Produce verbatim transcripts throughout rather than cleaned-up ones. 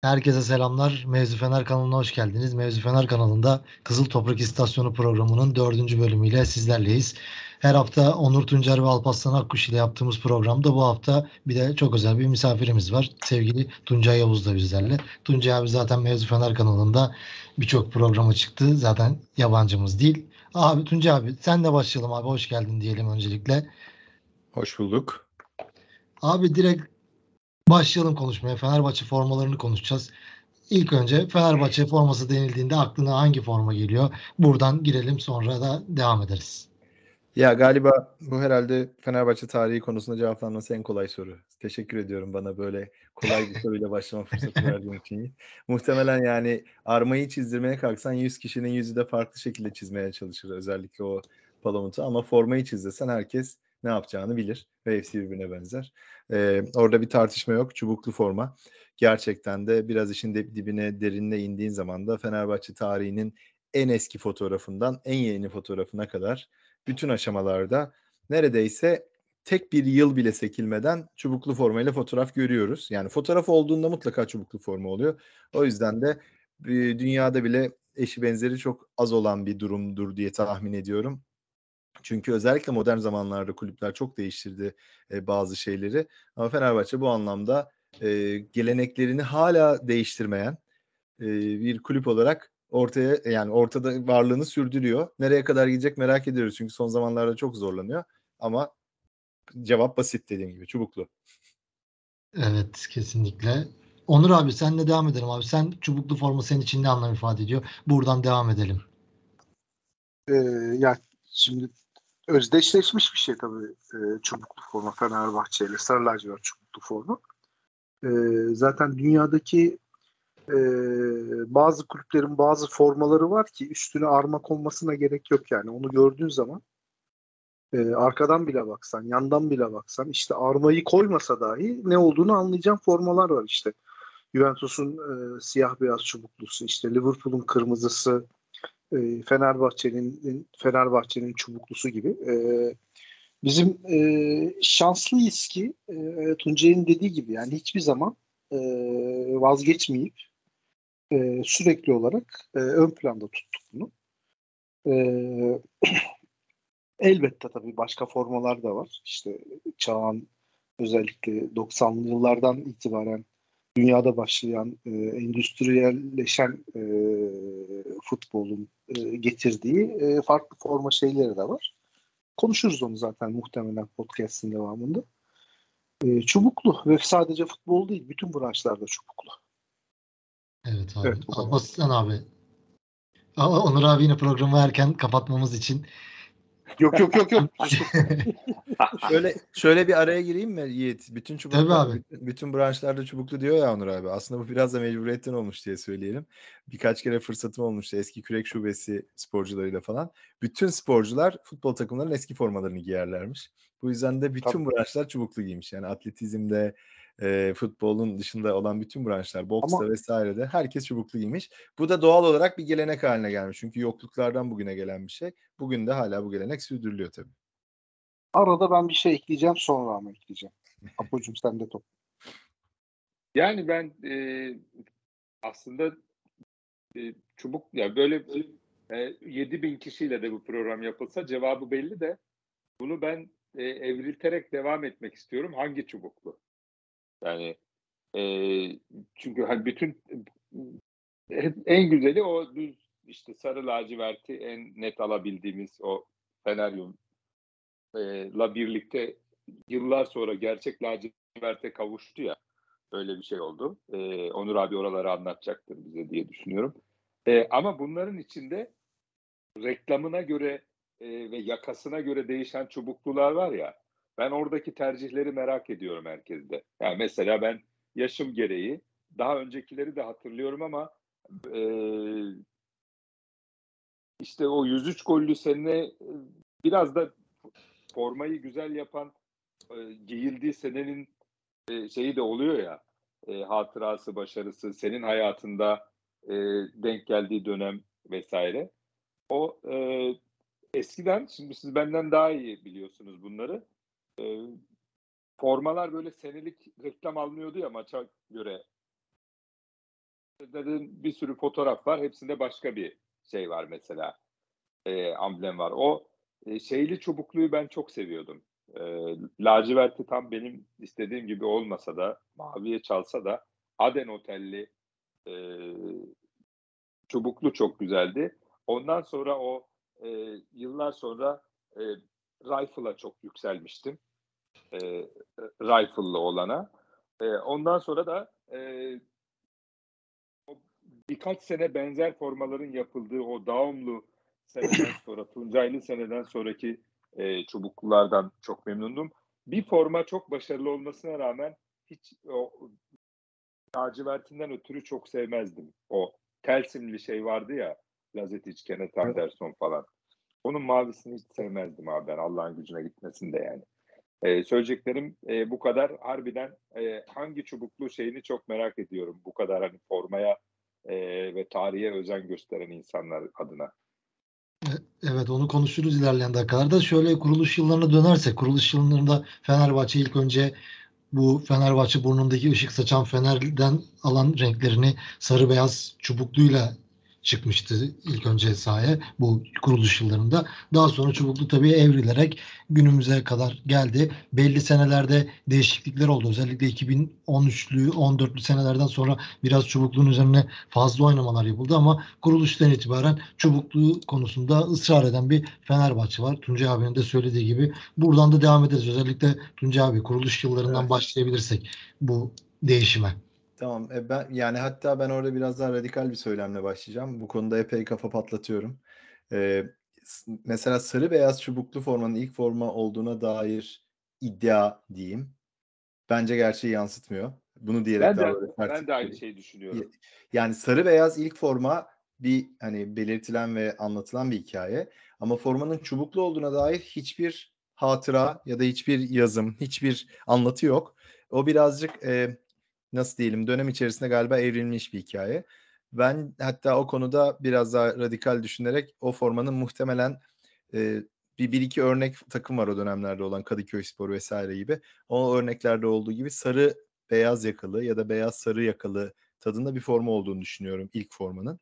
Herkese selamlar. Mevzu Fener kanalına hoş geldiniz. Mevzu Fener kanalında Kızıl Toprak İstasyonu programının dördüncü bölümüyle sizlerleyiz. Her hafta Onur Tuncer ve Alparslan Akkuş ile yaptığımız programda bu hafta bir de çok özel bir misafirimiz var. Sevgili Tuncay Yavuz da bizlerle. Tuncay abi zaten Mevzu Fener kanalında birçok programa çıktı. Zaten yabancımız değil. Abi Tuncay abi senle başlayalım abi. Hoş geldin diyelim öncelikle. Hoş bulduk. Abi direkt başlayalım konuşmaya. Fenerbahçe formalarını konuşacağız. İlk önce Fenerbahçe forması denildiğinde aklına hangi forma geliyor? Buradan girelim, sonra da devam ederiz. Ya galiba bu herhalde Fenerbahçe tarihi konusunda cevaplanması en kolay soru. Teşekkür ediyorum bana böyle kolay bir soruyla başlama fırsatı verdiğin için. Muhtemelen yani armayı çizdirmeye kalksan yüz kişinin yüzü de farklı şekilde çizmeye çalışır. Özellikle o palamutu, ama formayı çiz desen herkes ne yapacağını bilir ve hepsi birbirine benzer. Ee, orada bir tartışma yok. Çubuklu forma. Gerçekten de biraz işin de- dibine, derinine indiğin zaman da Fenerbahçe tarihinin en eski fotoğrafından en yeni fotoğrafına kadar bütün aşamalarda neredeyse tek bir yıl bile sekilmeden çubuklu formayla fotoğraf görüyoruz. Yani fotoğraf olduğunda mutlaka çubuklu forma oluyor. O yüzden de e, dünyada bile eşi benzeri çok az olan bir durumdur diye tahmin ediyorum. Çünkü özellikle modern zamanlarda kulüpler çok değiştirdi e, bazı şeyleri. Ama Fenerbahçe bu anlamda e, geleneklerini hala değiştirmeyen e, bir kulüp olarak ortaya, yani ortada varlığını sürdürüyor. Nereye kadar gidecek merak ediyoruz, çünkü son zamanlarda çok zorlanıyor. Ama cevap basit, dediğim gibi çubuklu. Evet, kesinlikle. Onur abi senle devam edelim abi. Sen çubuklu forma senin için ne anlam ifade ediyor? Buradan devam edelim. Ee, ya şimdi özdeşleşmiş bir şey tabii e, çubuklu forma Fenerbahçe ile sarı lacivert çubuklu forma. Ee, zaten dünyadaki e, bazı kulüplerin bazı formaları var ki üstüne arma konmasına gerek yok yani. Onu gördüğün zaman e, arkadan bile baksan, yandan bile baksan işte armayı koymasa dahi ne olduğunu anlayacağın formalar var işte. Juventus'un e, siyah beyaz çubuklusu, işte Liverpool'un kırmızısı, e, Fenerbahçe'nin Fenerbahçe'nin çubuklusu gibi. E, bizim e, şanslıyız ki e, Tuncay'ın dediği gibi yani hiçbir zaman e, vazgeçmeyip e, sürekli olarak e, ön planda tuttuk bunu. E, elbette tabii başka formalar da var. İşte çağın özellikle doksanlı yıllardan itibaren dünyada başlayan e, endüstriyelleşen e, futbolun e, getirdiği e, farklı forma şeyleri de var. Konuşuruz onu zaten muhtemelen podcast'in devamında. E, çubuklu ve sadece futbol değil, bütün branşlarda çubuklu. Evet abi. Evet, bu kadar. Alparslan abi. Ama Onur abi yine programı erken kapatmamız için. Yok yok yok yok. Sustum. Şöyle şöyle bir araya gireyim mi Yiğit? Bütün Tabii çubuklar, abi. bütün, bütün branşlarda çubuklu diyor ya Onur abi. Aslında bu biraz da mecburiyetten olmuş diye söyleyelim. Birkaç kere fırsatım olmuştu eski kürek şubesi sporcularıyla falan. Bütün sporcular futbol takımlarının eski formalarını giyerlermiş. Bu yüzden de bütün Tabii. branşlar çubuklu giymiş. Yani atletizmde, e, futbolun dışında olan bütün branşlar, Ama boksta vesairede herkes çubuklu giymiş. Bu da doğal olarak bir gelenek haline gelmiş. Çünkü yokluklardan bugüne gelen bir şey. Bugün de hala bu gelenek sürdürülüyor tabii. arada ben bir şey ekleyeceğim, sonra ama ekleyeceğim. Apocuğum sende top. Yani ben e, aslında e, çubuk ya böyle e, yedi bin kişiyle de bu program yapılsa cevabı belli de bunu ben e, evrilterek devam etmek istiyorum. Hangi çubuklu? Yani e, çünkü hani bütün e, en güzeli o düz işte sarı laciverti en net alabildiğimiz o Feneryum e, la birlikte yıllar sonra gerçek laciverte kavuştu ya. Öyle bir şey oldu. Ee, Onur abi oraları anlatacaktır bize diye düşünüyorum. Ee, ama bunların içinde reklamına göre e, ve yakasına göre değişen çubuklular var ya. Ben oradaki tercihleri merak ediyorum herkeste. Yani mesela ben yaşım gereği daha öncekileri de hatırlıyorum ama e, işte o yüz üç gollü sene e, biraz da formayı güzel yapan e, giyildiği senenin e, şeyi de oluyor ya, e, hatırası, başarısı, senin hayatında e, denk geldiği dönem vesaire. O e, eskiden, şimdi siz benden daha iyi biliyorsunuz bunları. E, formalar böyle senelik reklam almıyordu ya maça göre. bir sürü fotoğraf var. Hepsinde başka bir şey var mesela. E, amblem var. O e, şeyli çubukluyu ben çok seviyordum. E, laciverti tam benim istediğim gibi olmasa da, maviye çalsa da Aden Otelli e, çubuklu çok güzeldi. Ondan sonra o e, yıllar sonra e, Rifle'a çok yükselmiştim. E, Rifle'lı olana. E, ondan sonra da e, o birkaç sene benzer formaların yapıldığı o Daumlu seneden sonra, Tuncaylı seneden sonraki e, çubuklulardan çok memnundum. Bir forma çok başarılı olmasına rağmen hiç o lacivertinden ötürü çok sevmezdim. O tel simli şey vardı ya, Lazetic, Kenneth Anderson falan. Onun mavisini hiç sevmezdim abi ben, Allah'ın gücüne gitmesin de yani. Ee, söyleyeceklerim e, bu kadar. Harbiden e, hangi çubuklu şeyini çok merak ediyorum. Bu kadar hani formaya e, ve tarihe özen gösteren insanlar adına. Evet, onu konuşuruz ilerleyen dakikalarda. Şöyle kuruluş yıllarına dönersek, kuruluş yıllarında Fenerbahçe ilk önce bu Fenerbahçe burnundaki ışık saçan fenerden alan renklerini sarı beyaz çubukluyla çıkmıştı ilk önce sahaya bu kuruluş yıllarında. Daha sonra çubuklu tabii evrilerek günümüze kadar geldi. Belli senelerde değişiklikler oldu. Özellikle iki bin on üçlü, on dörtlü senelerden sonra biraz çubukluğun üzerine fazla oynamalar yapıldı ama kuruluştan itibaren çubukluğu konusunda ısrar eden bir Fenerbahçe var. Tuncay abinin de söylediği gibi buradan da devam ederiz. Özellikle Tuncay abi kuruluş yıllarından Evet. başlayabilirsek bu değişime. Tamam. E ben yani hatta ben orada biraz daha radikal bir söylemle başlayacağım. Bu konuda epey kafa patlatıyorum. Ee, s- mesela sarı beyaz çubuklu formanın ilk forma olduğuna dair iddia diyeyim. Bence gerçeği yansıtmıyor. Bunu diyerek Ben daha de böyle sert. ben de aynı şeyi düşünüyorum. Yani sarı beyaz ilk forma bir hani belirtilen ve anlatılan bir hikaye. Ama formanın çubuklu olduğuna dair hiçbir hatıra ya da hiçbir yazım, hiçbir anlatı yok. O birazcık e, nasıl diyelim dönem içerisinde galiba evrilmiş bir hikaye. Ben hatta o konuda biraz daha radikal düşünerek o formanın muhtemelen e, bir, bir iki örnek takım var o dönemlerde olan Kadıköyspor vesaire gibi. O örneklerde olduğu gibi sarı beyaz yakalı ya da beyaz sarı yakalı tadında bir forma olduğunu düşünüyorum ilk formanın.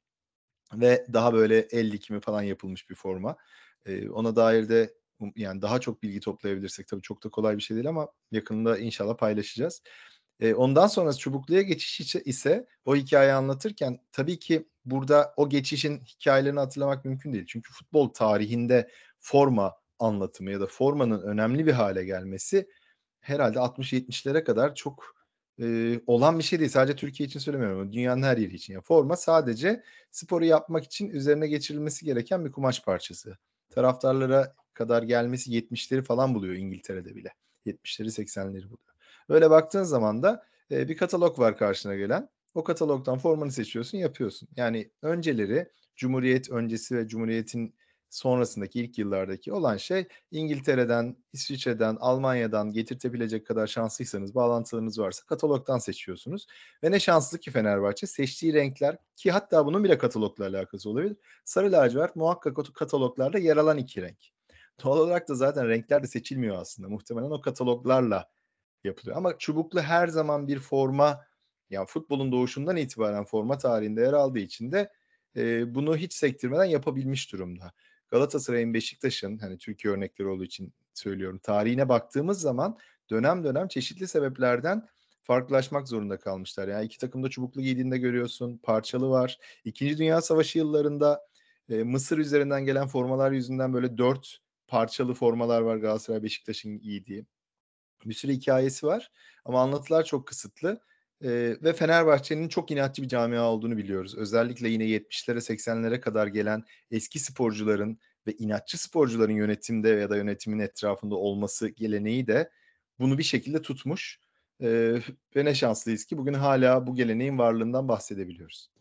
Ve daha böyle el dikimi falan yapılmış bir forma. Ee, ona dair de yani daha çok bilgi toplayabilirsek tabii çok da kolay bir şey değil ama yakında inşallah paylaşacağız. Ee, ondan sonra çubukluya geçiş ise o hikayeyi anlatırken tabii ki burada o geçişin hikayelerini hatırlamak mümkün değil. Çünkü futbol tarihinde forma anlatımı ya da formanın önemli bir hale gelmesi herhalde altmış yetmişlere kadar çok e, olan bir şey değil. Sadece Türkiye için söylemiyorum ama dünyanın her yeri için. Yani forma sadece sporu yapmak için üzerine geçirilmesi gereken bir kumaş parçası. Taraftarlara kadar gelmesi yetmişleri falan buluyor İngiltere'de bile. yetmişleri seksenleri buluyor. Böyle baktığın zaman da e, bir katalog var karşına gelen. O katalogdan formanı seçiyorsun, yapıyorsun. Yani önceleri Cumhuriyet öncesi ve Cumhuriyet'in sonrasındaki ilk yıllardaki olan şey İngiltere'den, İsviçre'den, Almanya'dan getirtebilecek kadar şanslıysanız, bağlantılarınız varsa katalogdan seçiyorsunuz. Ve ne şanslı ki Fenerbahçe seçtiği renkler ki hatta bunun bile katalogla alakası olabilir. Sarı lacivert muhakkak o kataloglarda yer alan iki renk. Doğal olarak da zaten renkler de seçilmiyor aslında. Muhtemelen o kataloglarla yapılıyor. Ama çubuklu her zaman bir forma, yani futbolun doğuşundan itibaren forma tarihinde yer aldığı için de e, bunu hiç sektirmeden yapabilmiş durumda. Galatasaray'ın, Beşiktaş'ın hani Türkiye örnekleri olduğu için söylüyorum. Tarihine baktığımız zaman dönem dönem çeşitli sebeplerden farklılaşmak zorunda kalmışlar. Yani iki takım da çubuklu giydiğinde görüyorsun. Parçalı var. İkinci Dünya Savaşı yıllarında e, Mısır üzerinden gelen formalar yüzünden böyle dört parçalı formalar var Galatasaray, Beşiktaş'ın giydiği. Bir sürü hikayesi var ama anlatılar çok kısıtlı. Ee, ve Fenerbahçe'nin çok inatçı bir camia olduğunu biliyoruz. Özellikle yine yetmişlere seksenlere kadar gelen eski sporcuların ve inatçı sporcuların yönetimde ya da yönetimin etrafında olması geleneği de bunu bir şekilde tutmuş. Ee, ve ne şanslıyız ki bugün hala bu geleneğin varlığından bahsedebiliyoruz.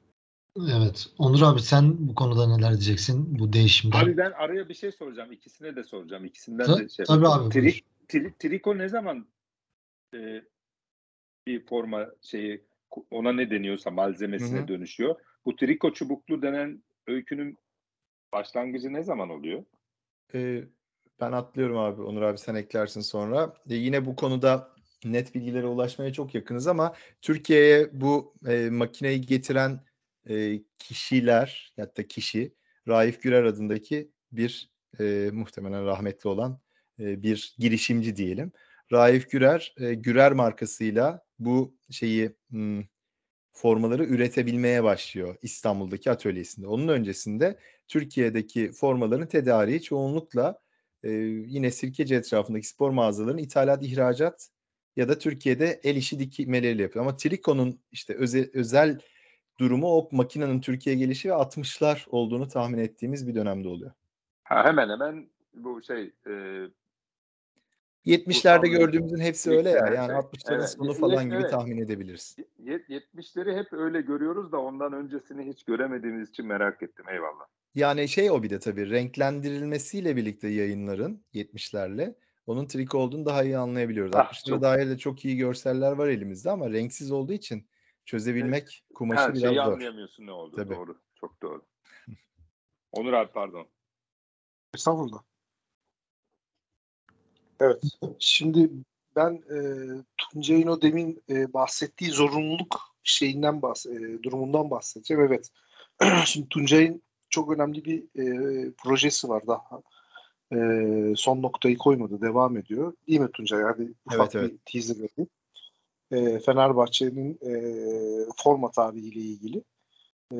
Evet. Onur abi sen bu konuda neler diyeceksin bu değişimden? Abi ben araya bir şey soracağım. İkisine de soracağım. İkisinden Ta- de şey. tabii abi buyur. Trik, tri, triko ne zaman e, bir forma şeyi, ona ne deniyorsa malzemesine Hı hı. dönüşüyor? Bu triko çubuklu denen öykünün başlangıcı ne zaman oluyor? Ee, ben atlıyorum abi. Onur abi sen eklersin sonra. Ee, yine bu konuda net bilgilere ulaşmaya çok yakınız ama Türkiye'ye bu e, makineyi getiren e, kişiler ya da kişi Raif Gürer adındaki bir e, muhtemelen rahmetli olan e, bir girişimci diyelim. Raif Gürer, e, Gürer markasıyla bu şeyi hmm, formaları üretebilmeye başlıyor İstanbul'daki atölyesinde. Onun öncesinde Türkiye'deki formaların tedariği çoğunlukla e, yine Sirkeci etrafındaki spor mağazalarının ithalat, ihracat ya da Türkiye'de el işi dikmeleriyle yapıyor. Ama Triko'nun işte özel, özel durumu o makinenin Türkiye'ye gelişi ve altmışlar olduğunu tahmin ettiğimiz bir dönemde oluyor. Ha, hemen hemen bu şey e, yetmişlerde gördüğümüzün hepsi öyle ya. Yani şey. altmışların Evet. sonu Ye- falan ye- gibi evet. tahmin edebiliriz. yetmişleri hep öyle görüyoruz da ondan öncesini hiç göremediğimiz için merak ettim. Eyvallah. Yani şey o bir de tabii renklendirilmesiyle birlikte yayınların yetmişlerle onun trik olduğunu daha iyi anlayabiliyoruz. Ah, altmışlara çok. dair de çok iyi görseller var elimizde ama renksiz olduğu için çözebilmek kumaşı Her biraz şeyi zor. anlayamıyorsun ne oldu. Tabii. Doğru. Çok doğru. Onur abi pardon. Estağfurullah. Evet. Şimdi ben e, Tuncay'ın o demin e, bahsettiği zorunluluk şeyinden bahs e, durumundan bahsedeceğim. Evet. Şimdi Tuncay'ın çok önemli bir e, projesi var daha. E, son noktayı koymadı. Devam ediyor. Değil mi Tuncay? Hadi ufak Evet, evet. bir teaser vereyim. E, Fenerbahçe'nin e, forma tarihiyle ilgili. E,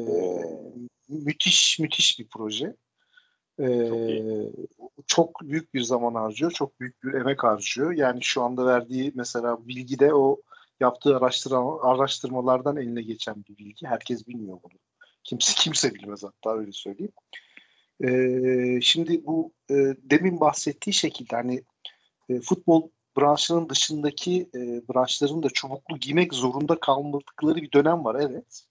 müthiş müthiş bir proje. Ee, Çok iyi. çok büyük bir zaman harcıyor, çok büyük bir emek harcıyor. Yani şu anda verdiği mesela bilgi de o yaptığı araştırma, araştırmalardan eline geçen bir bilgi. Herkes bilmiyor bunu. Kimse kimse bilmez hatta öyle söyleyeyim. Ee, şimdi bu e, demin bahsettiği şekilde hani e, futbol branşının dışındaki e, branşların da çubuklu giymek zorunda kalmadıkları bir dönem var, evet.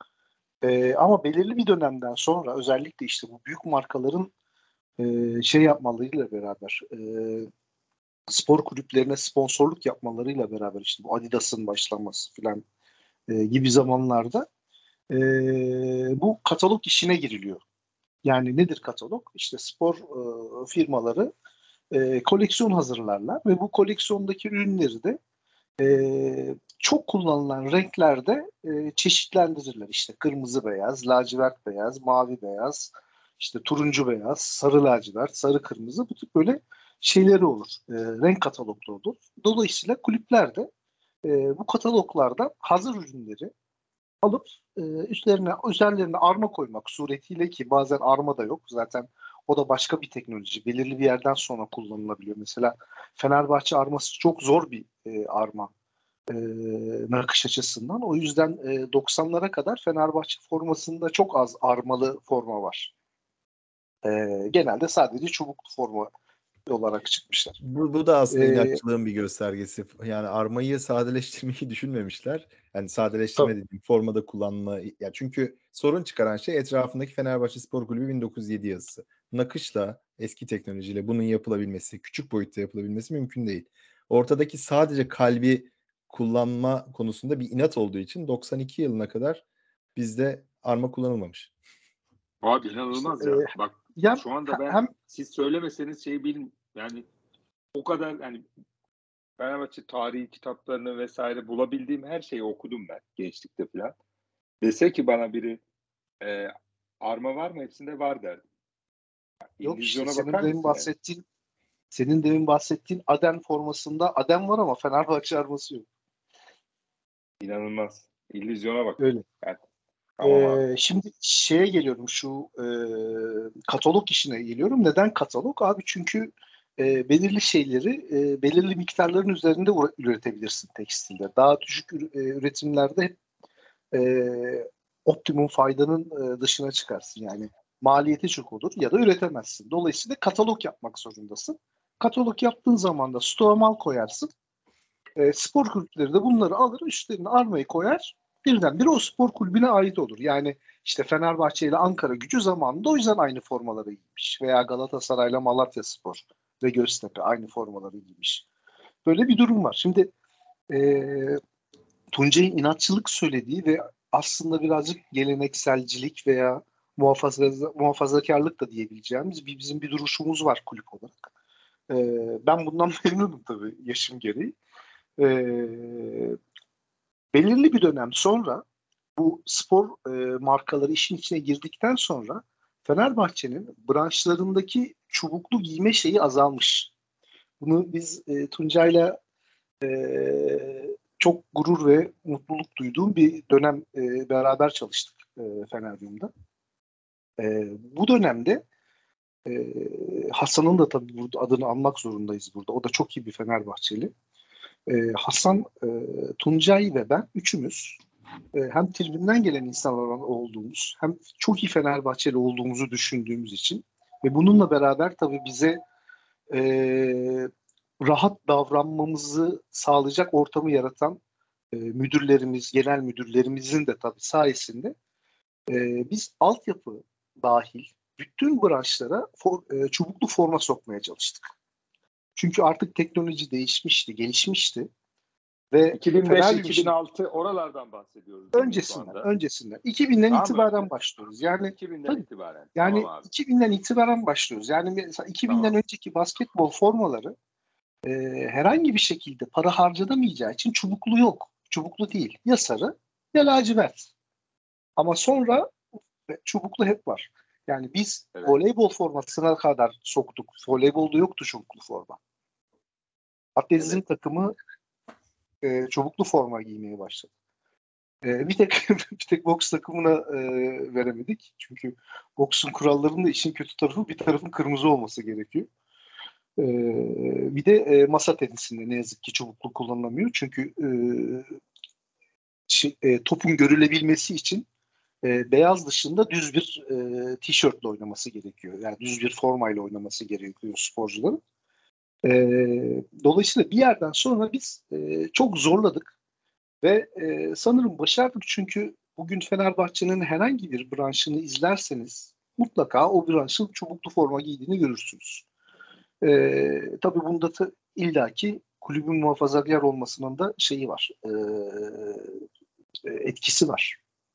E, ama belirli bir dönemden sonra özellikle işte bu büyük markaların e, şey yapmalarıyla beraber e, spor kulüplerine sponsorluk yapmalarıyla beraber işte bu Adidas'ın başlaması falan e, gibi zamanlarda e, bu katalog işine giriliyor. Yani nedir katalog? İşte spor e, firmaları e, koleksiyon hazırlarlar ve bu koleksiyondaki ürünleri de e, çok kullanılan renklerde e, çeşitlendirirler. İşte kırmızı beyaz, lacivert beyaz, mavi beyaz, işte turuncu beyaz, sarı lacivert, sarı kırmızı, bu tip böyle şeyleri olur. E, renk katalogları olur. Dolayısıyla kulüpler de e, bu kataloglardan hazır ürünleri alıp e, üstlerine üzerlerine arma koymak suretiyle, ki bazen arma da yok zaten, o da başka bir teknoloji. Belirli bir yerden sonra kullanılabiliyor. Mesela Fenerbahçe arması çok zor bir e, arma e, nakış açısından. O yüzden e, doksanlara kadar Fenerbahçe formasında çok az armalı forma var. E, genelde sadece çubuklu forma olarak çıkmışlar. Bu, bu da aslında E, inatçılığın bir göstergesi. Yani armayı sadeleştirmeyi düşünmemişler. Yani sadeleştirme tabii. dediğim formada kullanma. Ya çünkü sorun çıkaran şey etrafındaki Fenerbahçe Spor Kulübü bin dokuz yüz yedi yazısı. Nakışla, eski teknolojiyle bunun yapılabilmesi, küçük boyutta yapılabilmesi mümkün değil. Ortadaki sadece kalbi kullanma konusunda bir inat olduğu için doksan iki yılına kadar bizde arma kullanılmamış. Abi inanılmaz İşte, ya. e, Bak ya şu anda ben hem siz söylemeseniz şeyi bilin yani o kadar yani Fenerbahçe tarihi kitaplarını vesaire bulabildiğim her şeyi okudum ben gençlikte falan. Dese ki bana biri e, arma var mı? Hepsinde var derdim. yok işte İllüzyona senin bakar demin mısın yani? bahsettiğin senin demin bahsettiğin Adem formasında Adem var ama Fenerbahçe arması yok. İnanılmaz. İllüzyona bak. Öyle. Yani, tamam abi. Ee, şimdi şeye geliyorum, şu e, katalog işine geliyorum. Neden katalog? Abi çünkü e, belirli şeyleri e, belirli miktarların üzerinde ura- üretebilirsin tekstilde. Daha düşük ür- e, üretimlerde hep e, optimum faydanın e, dışına çıkarsın. Yani maliyeti çok olur ya da üretemezsin. Dolayısıyla katalog yapmak zorundasın. Katalog yaptığın zaman da stoğa mal koyarsın. E, spor kulüpleri de bunları alır, üstlerine armayı koyar. Birdenbire o spor kulübüne ait olur. Yani işte Fenerbahçe ile Ankara Gücü zamanında o yüzden aynı formaları giymiş. Veya Galatasaray ile Malatyaspor ve Göztepe aynı formaları giymiş. Böyle bir durum var. Şimdi e, Tuncay'ın inatçılık söylediği ve aslında birazcık gelenekselcilik veya muhafaza, muhafazakarlık da diyebileceğimiz bir bizim bir duruşumuz var kulüp olarak. E, ben bundan memnunum tabii yaşım gereği. E, belirli bir dönem sonra bu spor e, markaları işin içine girdikten sonra Fenerbahçe'nin branşlarındaki çubuklu giyme şeyi azalmış. Bunu biz e, Tuncay'la e, çok gurur ve mutluluk duyduğum bir dönem e, beraber çalıştık e, Feneryum'da. E, bu dönemde e, Hasan'ın da tabii burada adını anmak zorundayız burada. O da çok iyi bir Fenerbahçeli. E, Hasan, e, Tuncay ve ben üçümüz e, hem tribünden gelen insanlar olduğumuz hem çok iyi Fenerbahçeli olduğumuzu düşündüğümüz için ve bununla beraber tabii bize e, rahat davranmamızı sağlayacak ortamı yaratan e, müdürlerimiz, genel müdürlerimizin de tabii sayesinde e, biz altyapı dahil bütün branşlara for, e, çubuklu forma sokmaya çalıştık. Çünkü artık teknoloji değişmişti, gelişmişti ve iki bin beş Feneryum iki bin altı oralardan bahsediyoruz. öncesinden, öncesinden iki binden Tamam itibaren mı? başlıyoruz. Yani iki binden tabii, itibaren. yani Tamam abi. iki binden itibaren başlıyoruz. Yani mesela iki binden Tamam. önceki basketbol formaları e, herhangi bir şekilde para harcanamayacağı için çubuklu yok. Çubuklu değil. Ya sarı ya lacivert. Ama sonra çubuklu hep var. Yani biz Evet. voleybol formasına kadar soktuk. Voleybolda yoktu çubuklu forma. Atletizm Evet. takımı e, çubuklu forma giymeye başladı. E, bir tek bir tek boks takımına e, veremedik. Çünkü boksun kurallarında işin kötü tarafı bir tarafın kırmızı olması gerekiyor. E, bir de e, masa tenisinde ne yazık ki çubuklu kullanılamıyor. Çünkü e, şey, e, topun görülebilmesi için e, beyaz dışında düz bir e, tişörtle oynaması gerekiyor. Yani düz bir formayla oynaması gerekiyor sporcuların. E, dolayısıyla bir yerden sonra biz e, çok zorladık ve e, sanırım başardık çünkü bugün Fenerbahçe'nin herhangi bir branşını izlerseniz mutlaka o branşın çubuklu forma giydiğini görürsünüz. E, tabii bunda da illaki kulübün muhafazakar olmasının da şeyi var, e, etkisi var.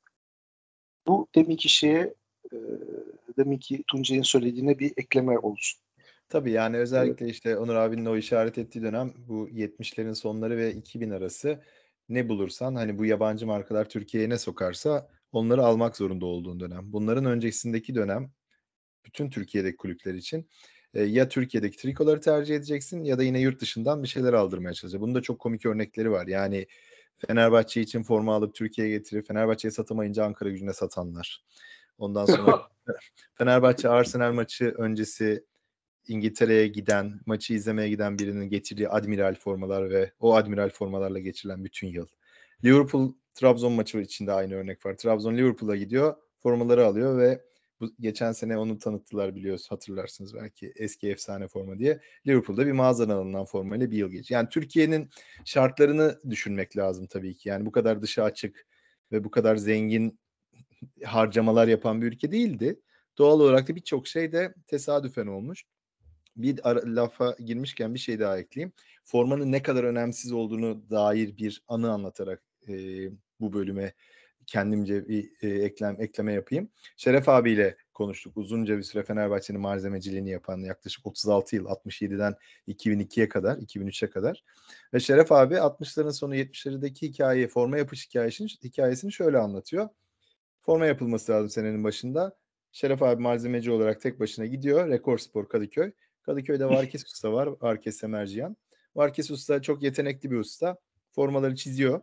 Bu deminki şeye, e, deminki Tuncay'ın söylediğine bir ekleme olsun. Tabii yani özellikle işte Onur abinin o işaret ettiği dönem bu yetmişlerin sonları ve iki bin arası ne bulursan hani bu yabancı markalar Türkiye'ye ne sokarsa onları almak zorunda olduğun dönem. Bunların öncesindeki dönem bütün Türkiye'deki kulüpler için e, ya Türkiye'deki trikoları tercih edeceksin ya da yine yurt dışından bir şeyler aldırmaya çalışacaksın. Bunun da çok komik örnekleri var. Yani Fenerbahçe için forma alıp Türkiye'ye getirip Fenerbahçe'ye satamayınca Ankara Gücü'ne satanlar. Ondan sonra Fenerbahçe Arsenal maçı öncesi İngiltere'ye giden, maçı izlemeye giden birinin getirdiği admiral formalar ve o admiral formalarla geçirilen bütün yıl. Liverpool Trabzon maçı içinde aynı örnek var. Trabzon Liverpool'a gidiyor, formaları alıyor ve bu geçen sene onu tanıttılar biliyoruz, hatırlarsınız belki eski efsane forma diye. Liverpool'da bir mağazadan alınan formayla bir yıl geçiyor. Yani Türkiye'nin şartlarını düşünmek lazım tabii ki. Yani bu kadar dışa açık ve bu kadar zengin harcamalar yapan bir ülke değildi. Doğal olarak da birçok şey de tesadüfen olmuş. Bir ara, lafa girmişken bir şey daha ekleyeyim. Formanın ne kadar önemsiz olduğunu dair bir anı anlatarak e, bu bölüme kendimce bir e, eklem, ekleme yapayım. Şeref abiyle konuştuk. Uzunca bir süre Fenerbahçe'nin malzemeciliğini yapan yaklaşık otuz altı yıl, altmış yediden iki bin ikiye kadar, iki bin üçe kadar. Ve Şeref abi altmışların sonu yetmişlerdeki hikayeyi, forma yapış hikayesini, hikayesini şöyle anlatıyor. Forma yapılması lazım senenin başında. Şeref abi malzemeci olarak tek başına gidiyor. Rekor Spor Kadıköy. Kadıköy'de Varkes Usta var. Varkes Semerciyan. Varkes Usta çok yetenekli bir usta. Formaları çiziyor.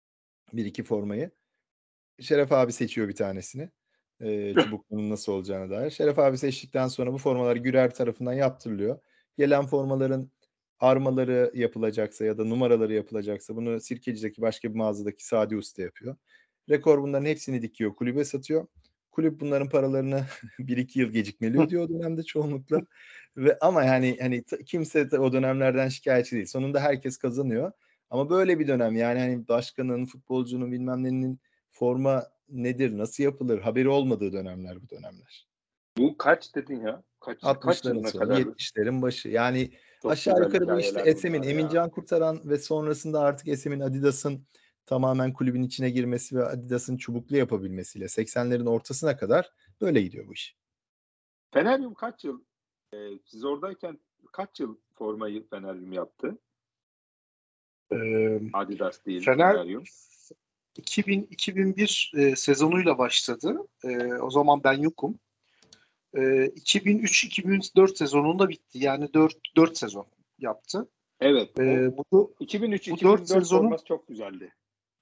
Bir iki formayı. Şeref abi seçiyor bir tanesini. E, çubukluğunun nasıl olacağına dair. Şeref abi seçtikten sonra bu formalar Gürer tarafından yaptırılıyor. Gelen formaların armaları yapılacaksa ya da numaraları yapılacaksa bunu Sirkeci'deki başka bir mağazadaki Sadi Usta yapıyor. Rekor bunların hepsini dikiyor, kulübe satıyor. Kulüp bunların paralarını bir iki yıl gecikmeli ödüyor o dönemde çoğunlukla. Ve ama yani hani kimse de o dönemlerden şikayetçi değil. Sonunda herkes kazanıyor. Ama böyle bir dönem yani hani başkanın, futbolcunun bilmem nenin forma nedir, nasıl yapılır haberi olmadığı dönemler bu dönemler. Bu kaç dedin ya? Kaç, kaç altmışların yılına sonu, kadar? yetmişlerin başı. Yani Çok aşağı güzel yukarı bu işte hikayeler Esem'in, bunlar ya. Emincan Kurtaran ve sonrasında artık Esem'in Adidas'ın tamamen kulübün içine girmesi ve Adidas'ın çubuklu yapabilmesiyle seksenlerin ortasına kadar böyle gidiyor bu iş. Feneryum kaç yıl? E, siz oradayken kaç yıl formayı Feneryum yaptı? Ee, Adidas değil. Fener Feneryum. iki bin iki bin bir e, sezonuyla başladı. E, o zaman ben yokum. E, iki bin üç iki bin dört sezonunda bitti. Yani dört dört sezon yaptı. Evet. E, bu iki bin üç bu iki bin dört dört sezonun forması çok güzeldi.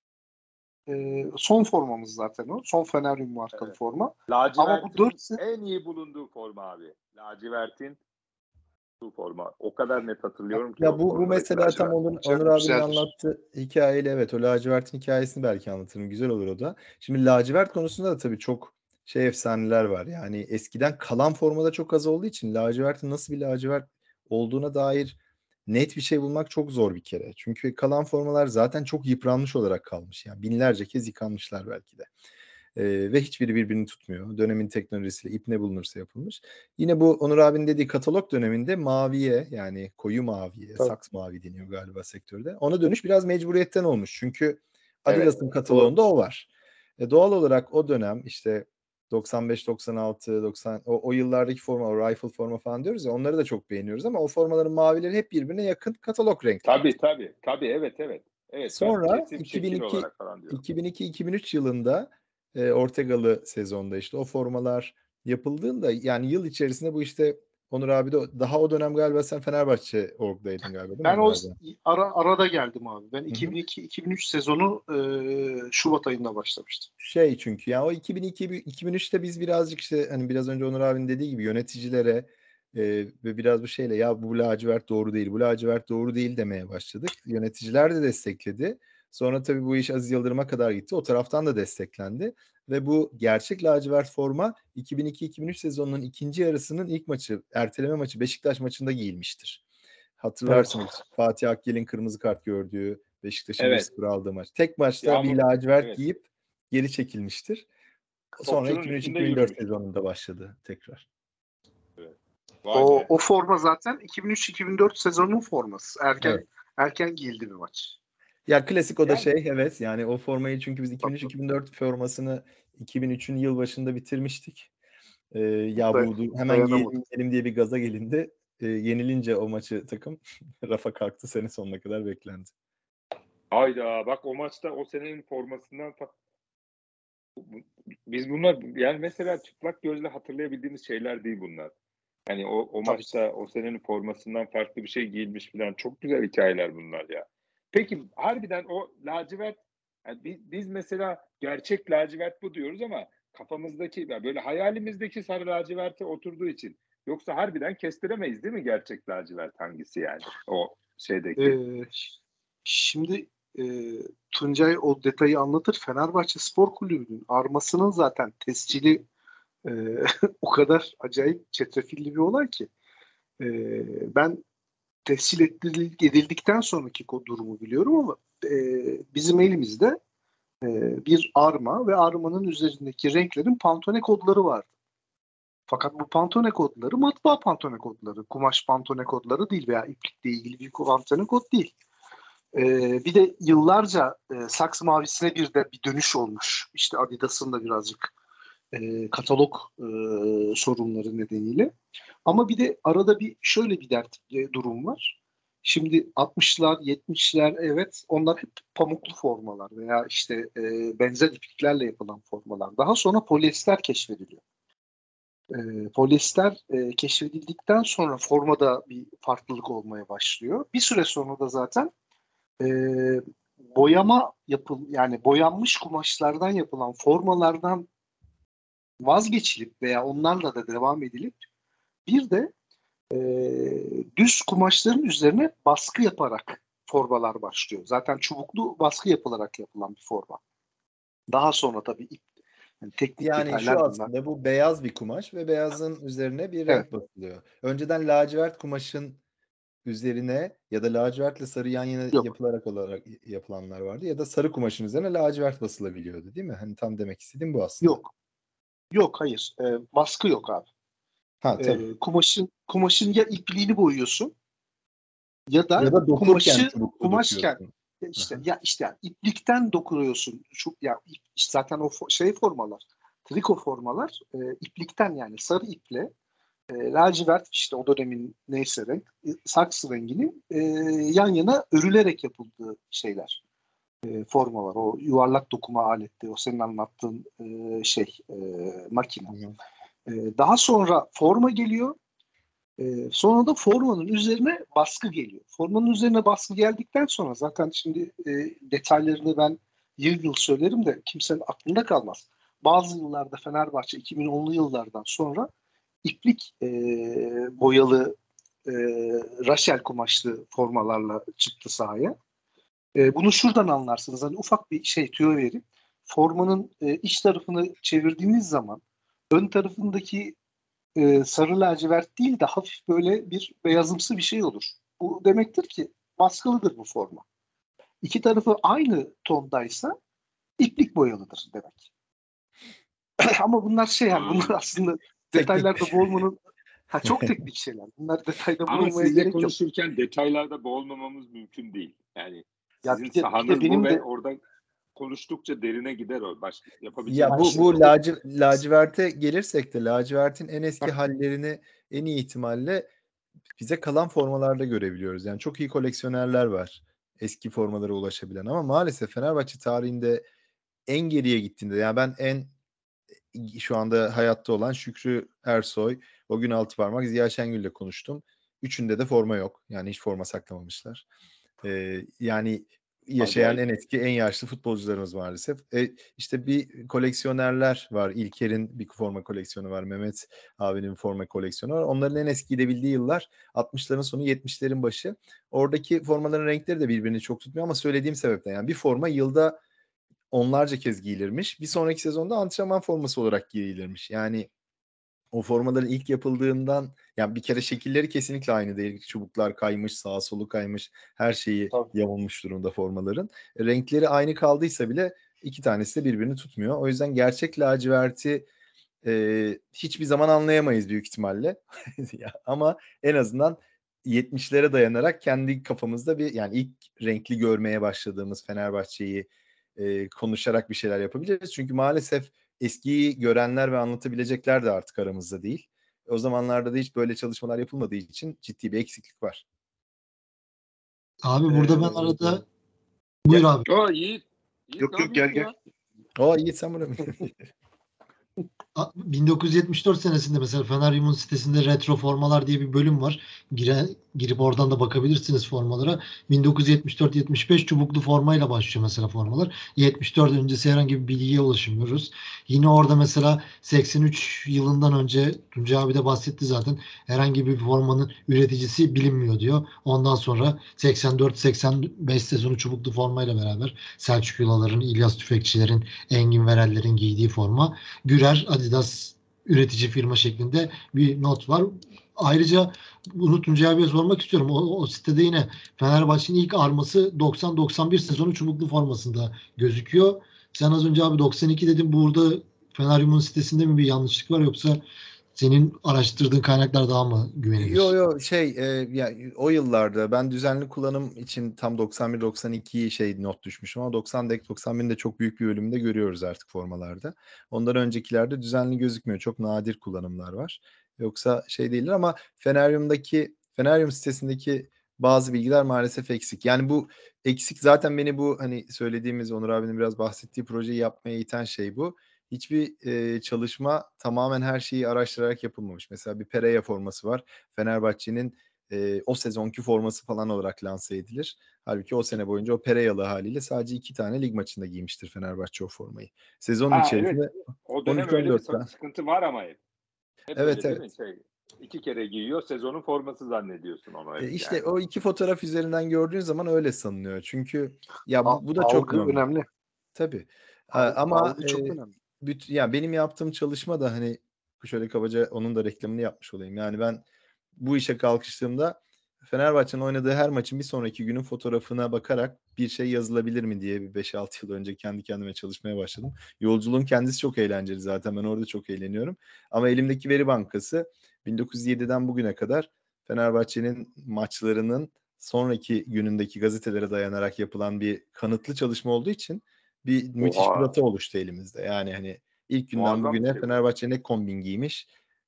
e, son formamız zaten o. Son Feneryum markalı Evet. forma. Lacivert'in Ama bu dört se- en iyi bulunduğu forma abi. Lacivert'in bu forma. O kadar net hatırlıyorum ki Ya o bu bu formada. mesela tam Onur, Güzel- Onur abinin güzeldir. anlattığı hikayeyle, evet, o lacivertin hikayesini belki anlatırım. Güzel olur o da. Şimdi lacivert konusunda da tabii çok şey efsaneler var. Yani eskiden kalan formada çok az olduğu için lacivertin nasıl bir lacivert olduğuna dair net bir şey bulmak çok zor bir kere. Çünkü kalan formalar zaten çok yıpranmış olarak kalmış. Yani binlerce kez yıkanmışlar belki de. Ee, ve hiçbiri birbirini tutmuyor. Dönemin teknolojisiyle ip ne bulunursa yapılmış. Yine bu Onur abinin dediği katalog döneminde maviye, yani koyu maviye, Tabii. saks mavi deniyor galiba sektörde, ona dönüş biraz mecburiyetten olmuş. Çünkü Adidas'ın Evet, kataloğunda o var. E, doğal olarak o dönem işte doksan beş doksan altı doksan o, o yıllardaki forma, o rifle forma falan diyoruz ya, onları da çok beğeniyoruz ama o formaların mavileri hep birbirine yakın katalog renkleri. tabii tabii. Tabii evet evet. Evet, Sonra ben kesim şekil iki bin iki olarak falan diyorum. iki bin iki iki bin üç yılında e, Ortegalı sezonda işte o formalar yapıldığında, yani yıl içerisinde bu işte Onur abi de daha o dönem galiba sen Fenerbahçe orgdaydın galiba, değil mi Ben Onur o abi? ara, arada geldim abi. Ben Hı hı. iki bin iki iki bin üç sezonu e, Şubat ayında başlamıştım. Şey, çünkü ya o iki bin iki iki bin üçte biz birazcık işte hani biraz önce Onur abinin dediği gibi yöneticilere e, ve biraz bu şeyle ya bu lacivert doğru değil, bu lacivert doğru değil demeye başladık. Yöneticiler de destekledi. Sonra tabii bu iş Aziz Yıldırım'a kadar gitti. O taraftan da desteklendi. Ve bu gerçek lacivert forma iki bin iki iki bin üç sezonunun ikinci yarısının ilk maçı, erteleme maçı Beşiktaş maçında giyilmiştir. Hatırlarsınız, Fatih Akgel'in kırmızı kart gördüğü, Beşiktaş'ın bir Evet. sıfır aldığı maç. Tek maçta bir Yağmur, lacivert evet. giyip geri çekilmiştir. Sonra Topçunun iki bin üç üstünde iki bin dört yürümüş. sezonunda başladı tekrar. Vay O, be. o forma zaten iki bin üç iki bin dört sezonunun forması. Erken Evet. erken giyildi bir maç. Ya klasik o da Yani- şey, evet, yani o formayı, çünkü biz iki bin üç iki bin dört formasını iki bin üçün yılbaşında bitirmiştik. Ee, ya Day- bu hemen dayanamadım. yiyelim, yiyelim diye bir gaza gelindi. Ee, yenilince o maçı takım rafa kalktı, sene sonuna kadar beklendi. Hayda, bak o maçta o senenin formasından fa- biz bunlar yani mesela çıplak gözle hatırlayabildiğimiz şeyler değil bunlar. Hani o, o Tabii. maçta o senenin formasından farklı bir şey giyilmiş falan, çok güzel hikayeler bunlar ya. Peki harbiden o lacivert, yani biz, biz mesela gerçek lacivert bu diyoruz ama kafamızdaki yani böyle hayalimizdeki sarı laciverte oturduğu için, yoksa harbiden kestiremeyiz değil mi gerçek lacivert hangisi yani o şeydeki. Ee, şimdi e, Tuncay o detayı anlatır. Fenerbahçe Spor Kulübü'nün armasının zaten tescili e, o kadar acayip çetrefilli bir olay ki. E, ben tescil edildikten sonraki o durumu biliyorum ama e, bizim elimizde e, bir arma ve armanın üzerindeki renklerin Pantone kodları vardı. Fakat bu Pantone kodları matbaa Pantone kodları, kumaş Pantone kodları değil veya iplikle ilgili bir Pantone kod değil. E, bir de yıllarca e, saks mavisine bir de bir dönüş olmuş. İşte Adidas'ın da birazcık e, katalog e, sorunları nedeniyle. Ama bir de arada bir şöyle bir dert e, durum var. Şimdi altmışlar, yetmişler, evet, onlar hep pamuklu formalar veya işte e, benzer ipliklerle yapılan formalar. Daha sonra polyester keşfediliyor. E, polyester e, keşfedildikten sonra formada bir farklılık olmaya başlıyor. Bir süre sonra da zaten e, boyama yapıl yani boyanmış kumaşlardan yapılan formalardan vazgeçilip veya onlarla da devam edilip bir de e, düz kumaşların üzerine baskı yaparak formalar başlıyor. Zaten çubuklu baskı yapılarak yapılan bir forma. Daha sonra tabii ip, yani teknik Yani şu detaylar bunlar. aslında bu beyaz bir kumaş ve beyazın üzerine bir renk Evet. basılıyor. Önceden lacivert kumaşın üzerine ya da lacivertle sarı yan yana Yok. yapılarak olarak yapılanlar vardı ya da sarı kumaşın üzerine lacivert basılabiliyordu, değil mi? Hani tam demek istediğim bu aslında. Yok. Yok, hayır. E, baskı yok abi. Ha, tabii. E, kumaşın kumaşın ya ipliğini boyuyorsun ya da, Ya da dokurken kumaşı çubuklu kumaşken dokuyorsun. işte Aha. ya işte yani iplikten dokunuyorsun. Şu ya işte zaten o fo- şey formalar, triko formalar e, iplikten, yani sarı iple e, lacivert işte o dönemin neyse renk, e, saksı renginin e, yan yana örülerek yapıldığı şeyler. E, formalar, o yuvarlak dokuma aleti, o senin anlattığın e, şey, e, makine. Hı hı. E, daha sonra forma geliyor. E, sonra da formanın üzerine baskı geliyor. Formanın üzerine baskı geldikten sonra zaten şimdi e, detaylarını ben yıl yıl söylerim de kimsenin aklında kalmaz. Bazı yıllarda Fenerbahçe iki bin onlu yıllardan sonra iplik e, boyalı e, raşel kumaşlı formalarla çıktı sahaya. E, bunu şuradan anlarsınız. Hani ufak bir şey tüyo vereyim. Formanın e, iç tarafını çevirdiğiniz zaman ön tarafındaki e, sarı lacivert değil de hafif böyle bir beyazımsı bir şey olur. Bu demektir ki baskılıdır bu forma. İki tarafı aynı tondaysa iplik boyalıdır demek. Ama bunlar şey yani bunlar aslında detaylarda boğulmanın ha, çok teknik şeyler. Bunlar detayda Ama bulunmaya sizle gerek yok. konuşurken detaylarda boğulmamamız mümkün değil. Yani Ya sizin bir de, bir de sahanız bu benim ve de orada konuştukça derine gider o. Başka yapabileceğim Ya bir bu şey bu yok. laci, laciverte gelirsek de lacivertin en eski hallerini en iyi ihtimalle bize kalan formalarda görebiliyoruz. Yani çok iyi koleksiyonerler var eski formalara ulaşabilen ama maalesef Fenerbahçe tarihinde en geriye gittiğinde yani ben en şu anda hayatta olan Şükrü Ersoy, o gün Altıparmak, Ziya Şengül'le konuştum. Üçünde de forma yok. Yani hiç forma saklamamışlar. Ee, yani yaşayan Acayip. en eski, en yaşlı futbolcularımız maalesef. E, işte bir koleksiyonerler var. İlker'in bir forma koleksiyonu var. Mehmet abinin forma koleksiyonu var. Onların en eski gidebildiği yıllar altmışların sonu yetmişlerin başı. Oradaki formaların renkleri de birbirini çok tutmuyor ama söylediğim sebepten yani bir forma yılda onlarca kez giyilirmiş. Bir sonraki sezonda antrenman forması olarak giyilirmiş. Yani o formaların ilk yapıldığından yani bir kere şekilleri kesinlikle aynı değil. Çubuklar kaymış, sağa solu kaymış. Her şeyi tabii. yamulmuş durumda formaların. E, renkleri aynı kaldıysa bile iki tanesi de birbirini tutmuyor. O yüzden gerçek laciverti e, hiçbir zaman anlayamayız büyük ihtimalle. Ama en azından yetmişlere dayanarak kendi kafamızda bir yani ilk renkli görmeye başladığımız Fenerbahçe'yi e, konuşarak bir şeyler yapabiliriz. Çünkü maalesef eskiyi görenler ve anlatabilecekler de artık aramızda değil. O zamanlarda da hiç böyle çalışmalar yapılmadığı için ciddi bir eksiklik var. Abi Ee, burada ben arada buyur gel. abi. Aa Yiğit. Yiğit Yok ne yok gel yapıyorsun gel. ya? O iyi sen bunu. A- bin dokuz yüz yetmiş dört senesinde mesela Feneryum'un sitesinde retro formalar diye bir bölüm var. Gire, girip oradan da bakabilirsiniz formalara. bin dokuz yüz yetmiş dört yetmiş beş çubuklu formayla başlıyor mesela formalar. yetmiş dört öncesi herhangi bir bilgiye ulaşamıyoruz. Yine orada mesela seksen üç yılından önce Tuncay abi de bahsetti zaten. Herhangi bir formanın üreticisi bilinmiyor diyor. Ondan sonra seksen dört seksen beş sezonu çubuklu formayla beraber Selçuk Yulaların, İlyas Tüfekçilerin, Engin Vereller'in giydiği forma. Gürer Adidas üretici firma şeklinde bir not var. Ayrıca bunu Tuncay abiye sormak istiyorum. O, o sitede yine Fenerbahçe'nin ilk arması doksan doksan bir sezonu çubuklu formasında gözüküyor. Sen az önce abi doksan iki dedin. Burada Feneryum'un sitesinde mi bir yanlışlık var yoksa senin araştırdığın kaynaklar daha mı Yo güvenilir? yo şey e, ya o yıllarda ben düzenli kullanım için tam doksan bir doksan ikiyi şey not düşmüşüm ama doksan dek doksan birin de çok büyük bir bölümünde görüyoruz artık formalarda. Ondan öncekilerde düzenli gözükmüyor. Çok nadir kullanımlar var. Yoksa şey değildir ama Feneryum'daki Feneryum sitesindeki bazı bilgiler maalesef eksik. Yani bu eksik zaten beni bu hani söylediğimiz Onur abinin biraz bahsettiği projeyi yapmaya iten şey bu. Hiçbir e, çalışma tamamen her şeyi araştırarak yapılmamış. Mesela bir Pereira forması var. Fenerbahçe'nin e, o sezonki forması falan olarak lanse edilir. Halbuki o sene boyunca o Pereiralı haliyle sadece iki tane lig maçında giymiştir Fenerbahçe o formayı. Sezonun Ha evet. içerisinde O dönem öyle bir on üç on dört tane. sıkıntı var ama hep. Hep Evet öyle değil mi? evet. Şey, iki kere giyiyor, sezonun forması zannediyorsun onu E, hep işte yani. o iki fotoğraf üzerinden gördüğün zaman öyle sanılıyor. Çünkü ya A- bu, bu da çok algı normal. önemli. Tabii. E, Al- ama algı çok e, önemli. büt, ya benim yaptığım çalışma da hani şöyle kabaca onun da reklamını yapmış olayım. Yani ben bu işe kalkıştığımda Fenerbahçe'nin oynadığı her maçın bir sonraki günün fotoğrafına bakarak bir şey yazılabilir mi diye bir beş altı yıl önce kendi kendime çalışmaya başladım. Yolculuğun kendisi çok eğlenceli zaten. Ben orada çok eğleniyorum. Ama elimdeki veri bankası bin dokuz yüz yediden bugüne kadar Fenerbahçe'nin maçlarının sonraki günündeki gazetelere dayanarak yapılan bir kanıtlı çalışma olduğu için bir müthiş bir Oha, data oluştu elimizde. Yani hani ilk günden muazzam bir bugüne şey bu. Fenerbahçe ne kombin giymiş,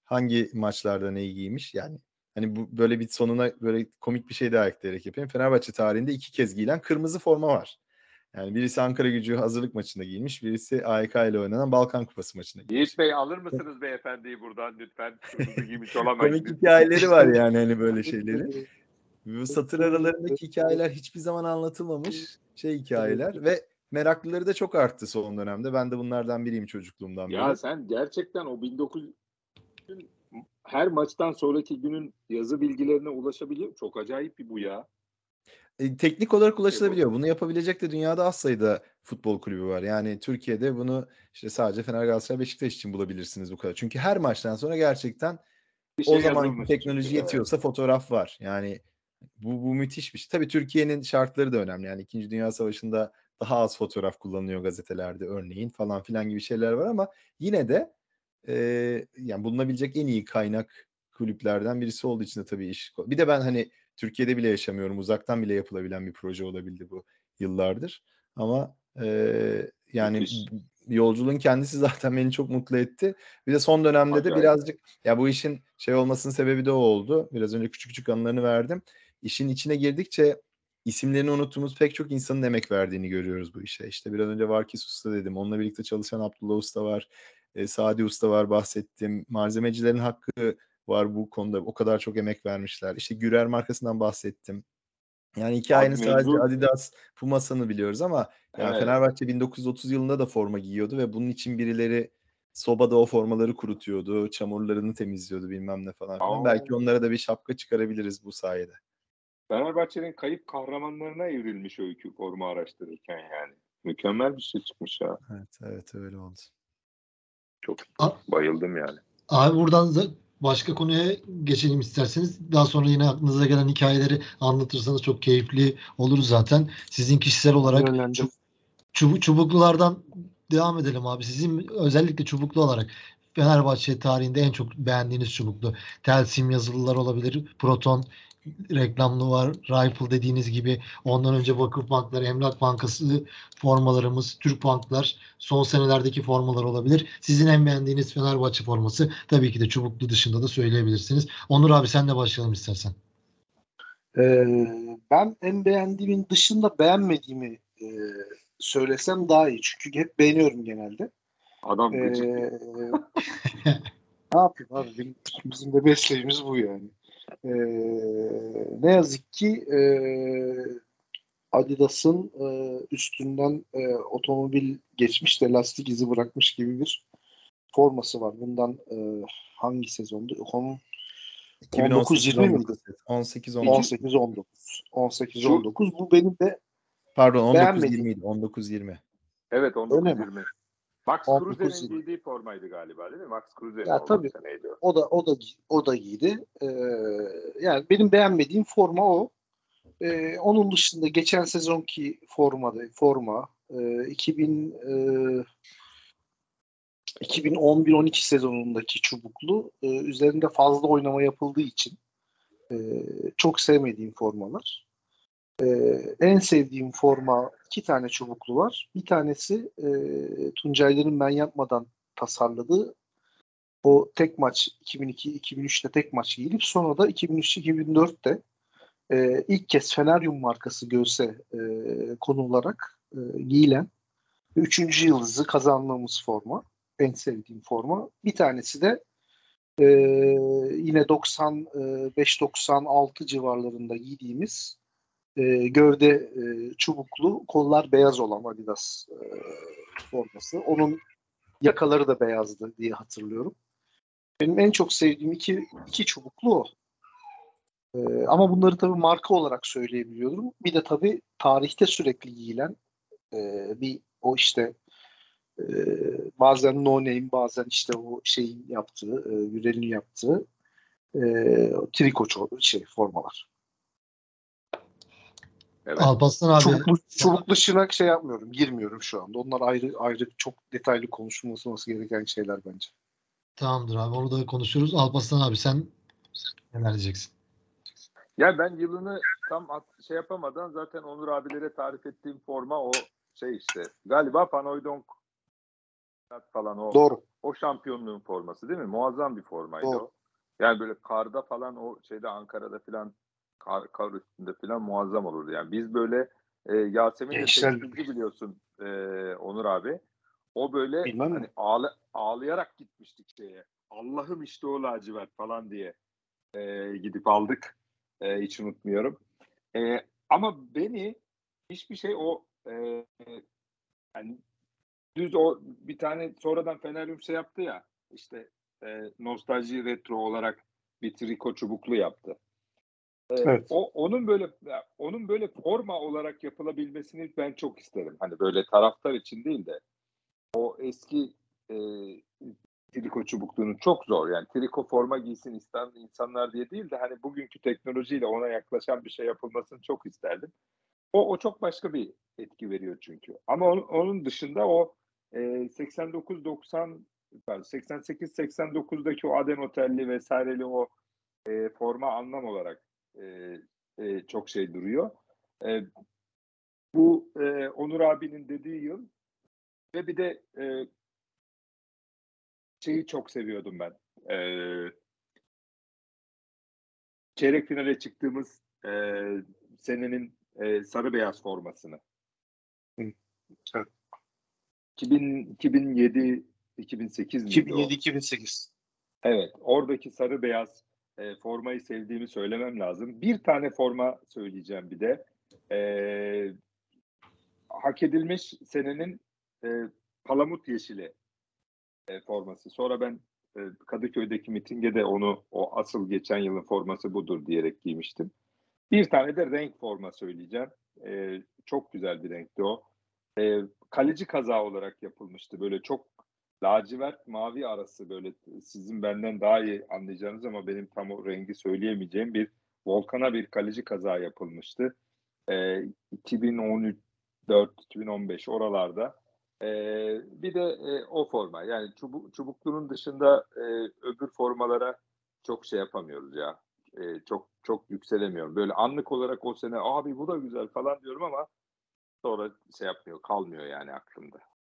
hangi maçlarda neyi giymiş yani hani bu böyle bir sonuna böyle komik bir şey daha ekleyerek yapayım. Fenerbahçe tarihinde iki kez giyilen kırmızı forma var. Yani birisi Ankaragücü hazırlık maçında giymiş, birisi A Y K ile oynanan Balkan Kupası maçında giymiş. Yiğit Bey alır mısınız beyefendiyi buradan lütfen? Kırmızı giymiş olamayın. Komik hikayeleri var yani hani böyle şeylerin. Bu satır aralarındaki hikayeler hiçbir zaman anlatılmamış şey hikayeler ve meraklıları da çok arttı son dönemde. Ben de bunlardan biriyim çocukluğumdan beri. Ya sen gerçekten o bin dokuz yüz her maçtan sonraki günün yazı bilgilerine ulaşabiliyor. Çok acayip bir bu ya. E, teknik olarak ulaşılabiliyor. Bunu yapabilecek de dünyada az sayıda futbol kulübü var. Yani Türkiye'de bunu işte sadece Fener, Galatasaray, Beşiktaş için bulabilirsiniz bu kadar. Çünkü her maçtan sonra gerçekten Bir şey o zamanki yazılmış teknoloji çünkü, yetiyorsa fotoğraf var. Yani bu, bu müthiş bir şey. Tabii Türkiye'nin şartları da önemli. Yani İkinci Dünya Savaşı'nda daha az fotoğraf kullanılıyor gazetelerde örneğin falan filan gibi şeyler var ama yine de e, yani bulunabilecek en iyi kaynak kulüplerden birisi olduğu için de tabii iş. Bir de ben hani Türkiye'de bile yaşamıyorum. Uzaktan bile yapılabilen bir proje olabildi bu yıllardır. Ama e, yani Müthiş. yolculuğun kendisi zaten beni çok mutlu etti. Bir de son dönemde de Acayip. birazcık ya bu işin şey olmasının sebebi de o oldu. Biraz önce küçük küçük anılarını verdim. İşin içine girdikçe isimlerini unuttuğumuz pek çok insanın emek verdiğini görüyoruz bu işe. İşte biraz önce Varkis Usta dedim. Onunla birlikte çalışan Abdullah Usta var. E, Sadi Usta var bahsettim. Malzemecilerin hakkı var bu konuda. O kadar çok emek vermişler. İşte Gürer markasından bahsettim. Yani hikayenin Abi sadece mevzu- Adidas, Pumas'ını biliyoruz ama yani Evet. Fenerbahçe bin dokuz yüz otuz yılında da forma giyiyordu ve bunun için birileri sobada o formaları kurutuyordu, çamurlarını temizliyordu bilmem ne falan filan. Aa. Belki onlara da bir şapka çıkarabiliriz bu sayede. Fenerbahçe'nin kayıp kahramanlarına evrilmiş öykü formu araştırırken yani. Mükemmel bir şey çıkmış ya. Evet, evet öyle oldu. Çok A- bayıldım yani. Abi buradan da başka konuya geçelim isterseniz. Daha sonra yine aklınıza gelen hikayeleri anlatırsanız çok keyifli olur zaten. Sizin kişisel olarak Yönlendim. çubuk, çubuklulardan devam edelim abi. Sizin özellikle çubuklu olarak Fenerbahçe tarihinde en çok beğendiğiniz çubuklu. Telsim yazılılar olabilir. Proton reklamlı var. Rifle dediğiniz gibi. Ondan önce Vakıf Bankları, Emlak Bankası formalarımız, Türk Banklar, son senelerdeki formalar olabilir. Sizin en beğendiğiniz Fenerbahçe forması tabii ki de çubuklu dışında da söyleyebilirsiniz. Onur abi sen de başlayalım istersen. Ee, ben en beğendiğimin dışında beğenmediğimi e, söylesem daha iyi. Çünkü hep beğeniyorum genelde. Adam Ee, gıcık. ne yapayım abi? Bizim, bizim de mesleğimiz bu yani. Ee, ne yazık ki e, Adidas'ın e, üstünden e, otomobil geçmiş de lastik izi bırakmış gibi bir forması var. Bundan e, hangi sezondu? on dokuz yirmi miydi? on sekiz on dokuz. on sekiz on dokuz. on sekiz Şu- on dokuz. Bu benim de Pardon on dokuz beğenmediğim. yirmi idi. on dokuz yirmi. Evet on Öyle dokuz mi? yirmi. Max on dokuz Kruse'nin yirmi. giydiği formaydı galiba değil mi? Max Kruse'nin Ya olduğu tabii. seneydi o. O da o da o da giydi. Ee, yani benim beğenmediğim forma o. Ee, onun dışında geçen sezonki formada forma e, iki bin e, iki bin on bir on iki sezonundaki çubuklu e, üzerinde fazla oynama yapıldığı için e, çok sevmediğim formalar. E, en sevdiğim forma iki tane çubuklu var. Bir tanesi e, Tuncayların ben yapmadan tasarladığı o tek maç iki bin iki iki bin üçte tek maç giyilip sonra da iki bin üç iki bin dörtte e, ilk kez Feneryum markası göğse e, konularak e, giyilen üçüncü yıldızı kazanmamız forma. En sevdiğim forma. Bir tanesi de e, yine doksan beş doksan altı civarlarında giydiğimiz e, gövde e, çubuklu, kollar beyaz olan Adidas e, forması. Onun yakaları da beyazdı diye hatırlıyorum. Benim en çok sevdiğim iki, iki çubuklu o. Ee, ama bunları tabii marka olarak söyleyebiliyorum. Bir de tabii tarihte sürekli giyilen e, bir o işte e, bazen no name bazen işte o şeyin yaptığı, e, Yürel'in yaptığı e, triko ço- şey formalar. Evet. Alparslan abi Çubuklu, çubuk dışına şey yapmıyorum, girmiyorum şu anda. Onlar ayrı ayrı çok detaylı konuşulması gereken şeyler bence. tamamdır abi onu da konuşuruz. Alparslan abi sen neler diyeceksin? Ya ben yılını tam at- şey yapamadan zaten Onur abilere tarif ettiğim forma o şey işte. Galiba Panoydonk falan o Doğru. o şampiyonluğun forması değil mi? Muazzam bir formaydı Doğru. o. Yani böyle karda falan o şeyde Ankara'da falan kar, kar üstünde falan muazzam olurdu. Yani biz böyle e, Yasemin de Gençler tekstilci biliyorsun e, Onur abi. O böyle bilmem hani mi? ağla, ağlayarak gitmiştik şeye. Allah'ım işte o lacivert falan diye e, gidip aldık. E, hiç unutmuyorum. E, ama beni hiçbir şey o e, yani düz o bir tane sonradan Feneryum şey yaptı ya işte e, nostalji retro olarak bir triko çubuklu yaptı. E, Evet. o onun böyle onun böyle forma olarak yapılabilmesini ben çok isterim. Hani böyle taraftar için değil de o eski e, triko çubukluğunu çok zor yani triko forma giysin isteyen insanlar diye değil de hani bugünkü teknolojiyle ona yaklaşan bir şey yapılmasını çok isterdim. O, o çok başka bir etki veriyor çünkü. Ama onun, onun dışında o e, seksen dokuz doksan seksen sekiz seksen dokuzdaki o Aden Otelli vesaireli o e, forma anlam olarak e, e, çok şey duruyor. E, bu e, Onur abinin dediği yıl ve bir de e, şeyi çok seviyordum ben. E, çeyrek finale çıktığımız e, senenin e, sarı beyaz formasını. Hı. Evet. iki bin, iki bin yedi iki bin sekiz miydi o? iki bin yedi iki bin sekiz. Evet, oradaki sarı beyaz e, formayı sevdiğimi söylemem lazım. Bir tane forma söyleyeceğim bir de. E, hak edilmiş senenin e, palamut yeşili e, forması. Sonra ben e, Kadıköy'deki mitinge de onu o asıl geçen yılın forması budur diyerek giymiştim. Bir tane de renk forma söyleyeceğim. E, çok güzel bir renkti o. E, kaleci kazağı olarak yapılmıştı. Böyle çok lacivert mavi arası böyle sizin benden daha iyi anlayacağınız ama benim tam o rengi söyleyemeyeceğim bir Volkan'a bir kaleci kazağı yapılmıştı. E, iki bin on dört iki bin on beş oralarda. E, bir de e, o forma yani çubuk, çubuklunun dışında e, öbür formalara çok şey yapamıyoruz ya. E, çok çok yükselemiyorum. Böyle anlık olarak o sene abi bu da güzel falan diyorum ama sonra şey yapmıyor, kalmıyor yani aklımda.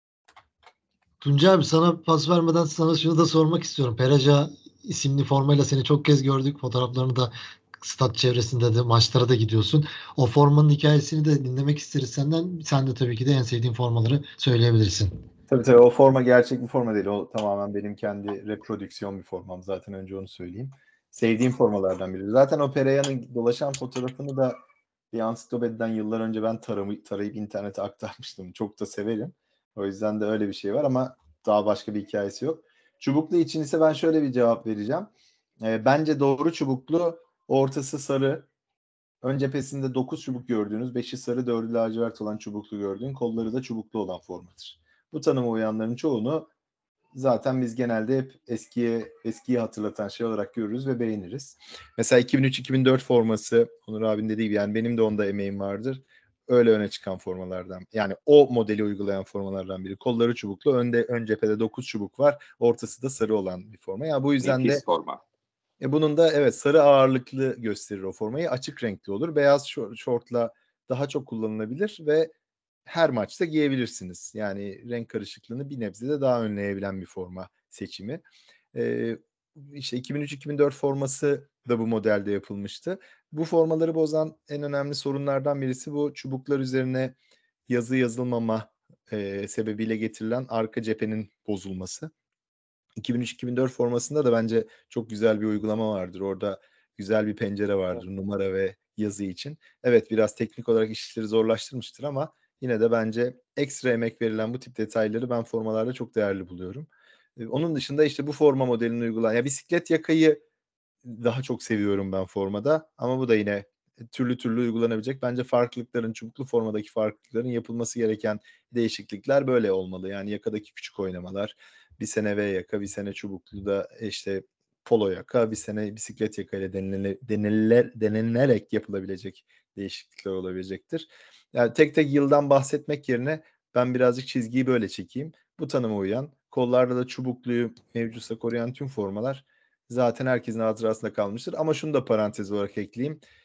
Tuncay abi sana pas vermeden sana şunu da sormak istiyorum. Peraca isimli formayla seni çok kez gördük. Fotoğraflarını da stat çevresinde de maçlara da gidiyorsun. O formanın hikayesini de dinlemek isteriz senden. Sen de tabii ki de en sevdiğin formaları söyleyebilirsin. Tabii tabii o forma gerçek bir forma değil. O tamamen benim kendi reprodüksiyon bir formam. Zaten önce onu söyleyeyim. Sevdiğim formalardan biri. Zaten o Pereya'nın dolaşan fotoğrafını da bir ansiklopediden yıllar önce ben tarayıp, tarayıp internete aktarmıştım. Çok da severim. O yüzden de öyle bir şey var ama daha başka bir hikayesi yok. Çubuklu için ise ben şöyle bir cevap vereceğim. E, bence doğru çubuklu ortası sarı. Ön cephesinde dokuz çubuk gördüğünüz, beşi sarı, dördü lacivert olan çubuklu gördüğün, kolları da çubuklu olan formadır. Bu tanıma uyanların çoğunu zaten biz genelde hep eskiye eskiyi hatırlatan şey olarak görürüz ve beğeniriz. Mesela iki bin üç iki bin dört forması Onur abinin dediği gibi yani benim de onda emeğim vardır. Öyle öne çıkan formalardan. Yani o modeli uygulayan formalardan biri. Kolları çubuklu, önde ön cephede dokuz çubuk var. Ortası da sarı olan bir forma. Yani bu yüzden Nefis de forma. e bunun da evet sarı ağırlıklı gösterir o formayı. Açık renkli olur. Beyaz şortla daha çok kullanılabilir ve her maçta giyebilirsiniz. Yani renk karışıklığını bir nebze de daha önleyebilen bir forma seçimi. Ee, işte iki bin üç iki bin dört forması da bu modelde yapılmıştı. Bu formaları bozan en önemli sorunlardan birisi bu çubuklar üzerine yazı yazılmama e, sebebiyle getirilen arka cephenin bozulması. iki bin üç iki bin dört formasında da bence çok güzel bir uygulama vardır. Orada güzel bir pencere vardır numara ve yazı için. Evet biraz teknik olarak işleri zorlaştırmıştır ama yine de bence ekstra emek verilen bu tip detayları ben formalarda çok değerli buluyorum. Ee, Onun dışında işte bu forma modelini uygulayan, ya bisiklet yakayı daha çok seviyorum ben formada ama bu da yine türlü türlü uygulanabilecek. Bence farklılıkların, çubuklu formadaki farklılıkların yapılması gereken değişiklikler böyle olmalı. Yani yakadaki küçük oynamalar, bir sene V yaka, bir sene çubuklu da işte polo yaka, bir sene bisiklet yaka ile denile, deniler, denilerek yapılabilecek değişiklikler olabilecektir. Yani tek tek yıldan bahsetmek yerine ben birazcık çizgiyi böyle çekeyim. Bu tanıma uyan, kollarda da çubukluyu mevcutsa koruyan tüm formalar zaten herkesin hatırasında kalmıştır. Ama şunu da parantez olarak ekleyeyim.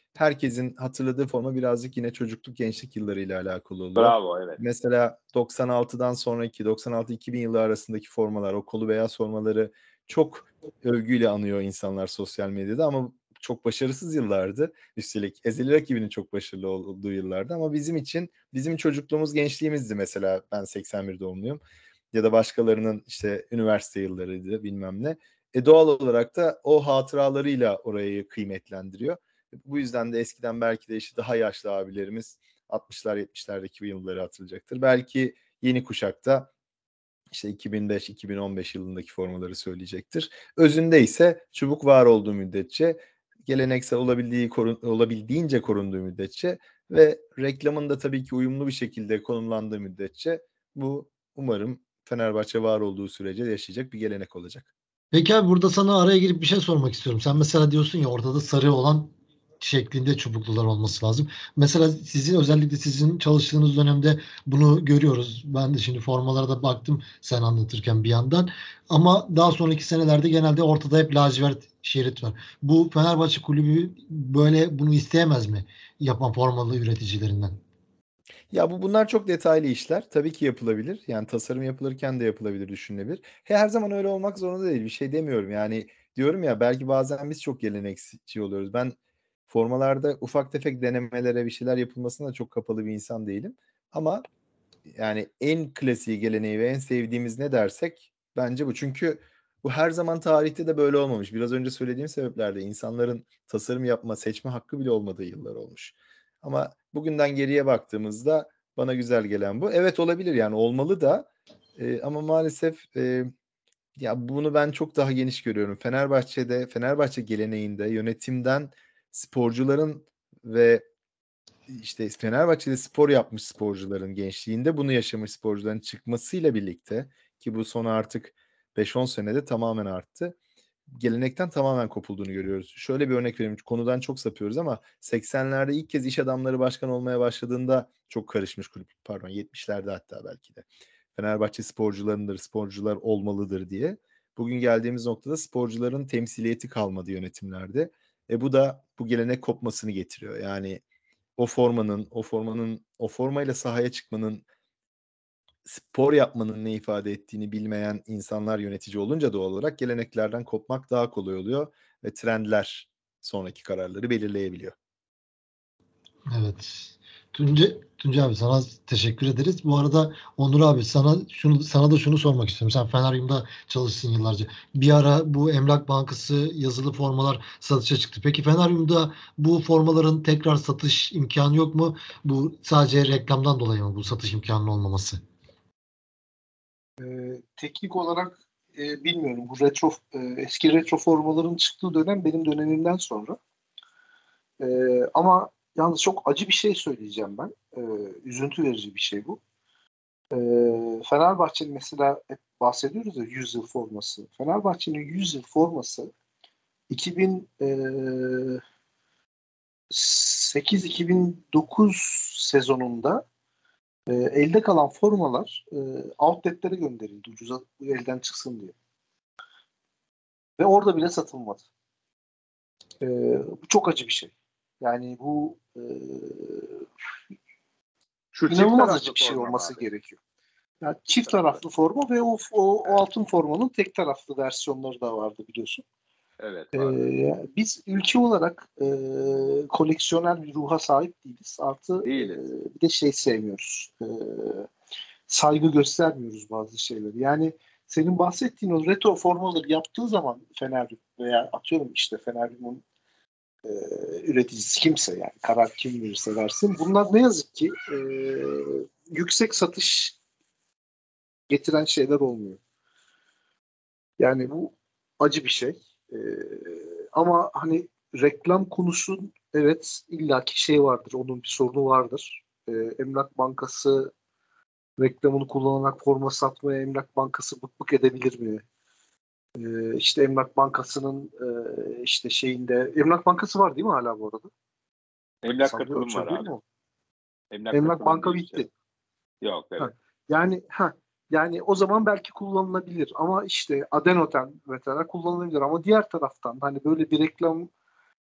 herkesin hatırladığı forma birazcık yine çocukluk gençlik yıllarıyla alakalı oluyor. Bravo, evet. Mesela doksan altıdan sonraki doksan altı iki bin yılı arasındaki formalar, o kolu beyaz formaları çok övgüyle anıyor insanlar sosyal medyada ama çok başarısız yıllardı. Üstelik ezeli rakibinin çok başarılı olduğu yıllardı ama bizim için bizim çocukluğumuz, gençliğimizdi mesela. Ben seksen bir doğumluyum. Ya da başkalarının işte üniversite yıllarıydı bilmem ne. E doğal olarak da o hatıralarıyla orayı kıymetlendiriyor. Bu yüzden de eskiden belki de işte daha yaşlı abilerimiz altmışlar yetmişlerdeki yılları hatırlayacaktır. Belki yeni kuşakta işte iki bin beş iki bin on beş yılındaki formaları söyleyecektir. Özünde ise çubuk var olduğu müddetçe, geleneksel olabildiği korun, olabildiğince korunduğu müddetçe ve reklamın da tabii ki uyumlu bir şekilde konumlandığı müddetçe bu umarım Fenerbahçe var olduğu sürece yaşayacak bir gelenek olacak. Peki abi, burada sana araya girip bir şey sormak istiyorum. Sen mesela diyorsun ya, ortada sarı olan şeklinde çubuklular olması lazım. Mesela sizin, özellikle sizin çalıştığınız dönemde bunu görüyoruz. Ben de şimdi formalara da baktım sen anlatırken bir yandan. Ama daha sonraki senelerde genelde ortada hep lacivert şerit var. Bu Fenerbahçe kulübü böyle bunu isteyemez mi yapan formalı üreticilerinden? Ya bu bunlar çok detaylı işler. Tabii ki yapılabilir. Yani tasarım yapılırken de yapılabilir, düşünülebilir. He, her zaman öyle olmak zorunda değil. Bir şey demiyorum. Yani diyorum ya, belki bazen biz çok gelenekçi oluyoruz. Ben formalarda ufak tefek denemelere, bir şeyler yapılmasına da çok kapalı bir insan değilim. Ama yani en klasiği, geleneği ve en sevdiğimiz ne dersek bence bu. Çünkü bu her zaman tarihte de böyle olmamış. Biraz önce söylediğim sebeplerde insanların tasarım yapma, seçme hakkı bile olmadığı yıllar olmuş. Ama bugünden geriye baktığımızda bana güzel gelen bu. Evet, olabilir yani, olmalı da. Ee, ama maalesef e, ya bunu ben çok daha geniş görüyorum. Fenerbahçe'de, Fenerbahçe geleneğinde yönetimden sporcuların ve işte Fenerbahçe'de spor yapmış sporcuların, gençliğinde bunu yaşamış sporcuların çıkmasıyla birlikte, ki bu son artık beş on senede tamamen arttı, gelenekten tamamen kopulduğunu görüyoruz. Şöyle bir örnek vereyim. Konudan çok sapıyoruz ama seksenlerde ilk kez iş adamları başkan olmaya başladığında çok karışmış kulüp. Pardon, yetmişlerde hatta belki de. Fenerbahçe sporcularındır, sporcular olmalıdır diye. Bugün geldiğimiz noktada sporcuların temsiliyeti kalmadı yönetimlerde. E bu da bu gelenek kopmasını getiriyor. Yani o formanın, o formanın, o formayla sahaya çıkmanın, spor yapmanın ne ifade ettiğini bilmeyen insanlar yönetici olunca doğal olarak geleneklerden kopmak daha kolay oluyor ve trendler sonraki kararları belirleyebiliyor. Evet. Tunca, Tunca abi, sana teşekkür ederiz. Bu arada Onur abi, sana şunu sana da şunu sormak istiyorum. Sen Feneryum'da çalıştın yıllarca. Bir ara bu Emlak Bankası yazılı formalar satışa çıktı. Peki Feneryum'da bu formaların tekrar satış imkanı yok mu? Bu sadece reklamdan dolayı mı bu satış imkanının olmaması? Ee, teknik olarak e, bilmiyorum. Bu retro e, eski retro formaların çıktığı dönem benim dönemimden sonra. Ee, ama yalnız çok acı bir şey söyleyeceğim ben. Ee, üzüntü verici bir şey bu. Ee, Fenerbahçe'nin mesela hep bahsediyoruz ya yüz yıl forması. Fenerbahçe'nin yüz yıl forması iki bin sekiz iki bin dokuz sezonunda e, elde kalan formalar e, outletlere gönderildi ucuza elden çıksın diye. Ve orada bile satılmadı. E, bu çok acı bir şey. Yani bu e, Şu çift inanılmaz taraflı acı bir şey forma olması abi. gerekiyor. Yani çift taraflı forma ve o, o, o altın formanın tek taraflı versiyonları da vardı biliyorsun. Evet, Ee, vardı. biz ülke olarak e, koleksiyonel bir ruha sahip değiliz. Artı e, Değiliz. bir de şey sevmiyoruz. E, saygı göstermiyoruz bazı şeyleri. Yani senin bahsettiğin o retro formaları yaptığı zaman Fenerbahçe veya atıyorum işte Fenerbahçe'nin e, üreticisi kimse, yani karar kim verirse versin. Bunlar ne yazık ki e, yüksek satış getiren şeyler olmuyor. Yani bu acı bir şey. Ee, ama hani reklam konusu, evet, illaki şey vardır. Onun bir sorunu vardır. Ee, Emlak Bankası reklamını kullanarak forma satmaya Emlak Bankası bık bık edebilir mi? Ee, işte Emlak Bankası'nın e, işte şeyinde Emlak Bankası var değil mi hala bu arada? Emlak Sallıyorum, katılım var söylüyorum abi. mu? Emlak Emlak katılım Banka diye bir şey. bitti. Yok, Ha. evet. Yani ha yani o zaman belki kullanılabilir ama işte Adenoten mesela kullanılabilir ama diğer taraftan hani böyle bir reklam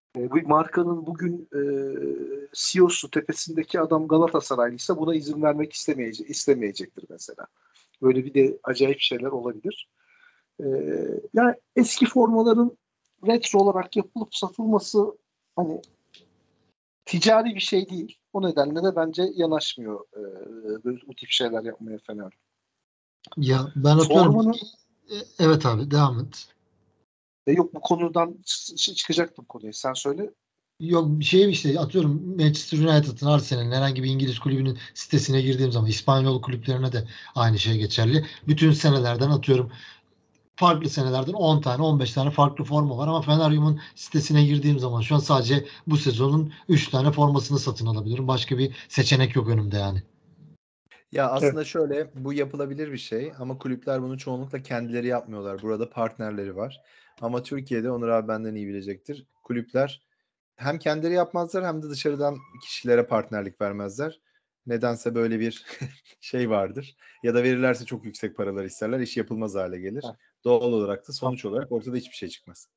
E, bu markanın bugün e, C E O'su tepesindeki adam Galatasaraylıysa buna izin vermek istemeyecek, istemeyecektir mesela. Böyle bir de acayip şeyler olabilir. E, yani eski formaların retro olarak yapılıp satılması hani ticari bir şey değil. O nedenle de bence yanaşmıyor e, böyle bu tip şeyler yapmaya Fener. Ya ben atıyorum. Formanın E, Evet abi devam et. e, yok bu konudan ç- çıkacaktım konuyu. Sen söyle. Yok bir şey işte atıyorum Manchester United'ın, Arsenal'in, herhangi bir İngiliz kulübünün sitesine girdiğim zaman İspanyol kulüplerine de aynı şey geçerli. Bütün senelerden atıyorum farklı senelerden on tane on beş tane farklı forma var ama Feneryum'un sitesine girdiğim zaman şu an sadece bu sezonun üç tane formasını satın alabilirim. Başka bir seçenek yok önümde yani. Ya Evet. aslında şöyle, bu yapılabilir bir şey ama kulüpler bunu çoğunlukla kendileri yapmıyorlar. Burada partnerleri var. Ama Türkiye'de Onur abi benden iyi bilecektir. Kulüpler hem kendileri yapmazlar hem de dışarıdan kişilere partnerlik vermezler. Nedense böyle bir şey vardır. Ya da verirlerse çok yüksek paralar isterler, iş yapılmaz hale gelir. Evet. Doğal olarak da sonuç olarak ortada hiçbir şey çıkmaz.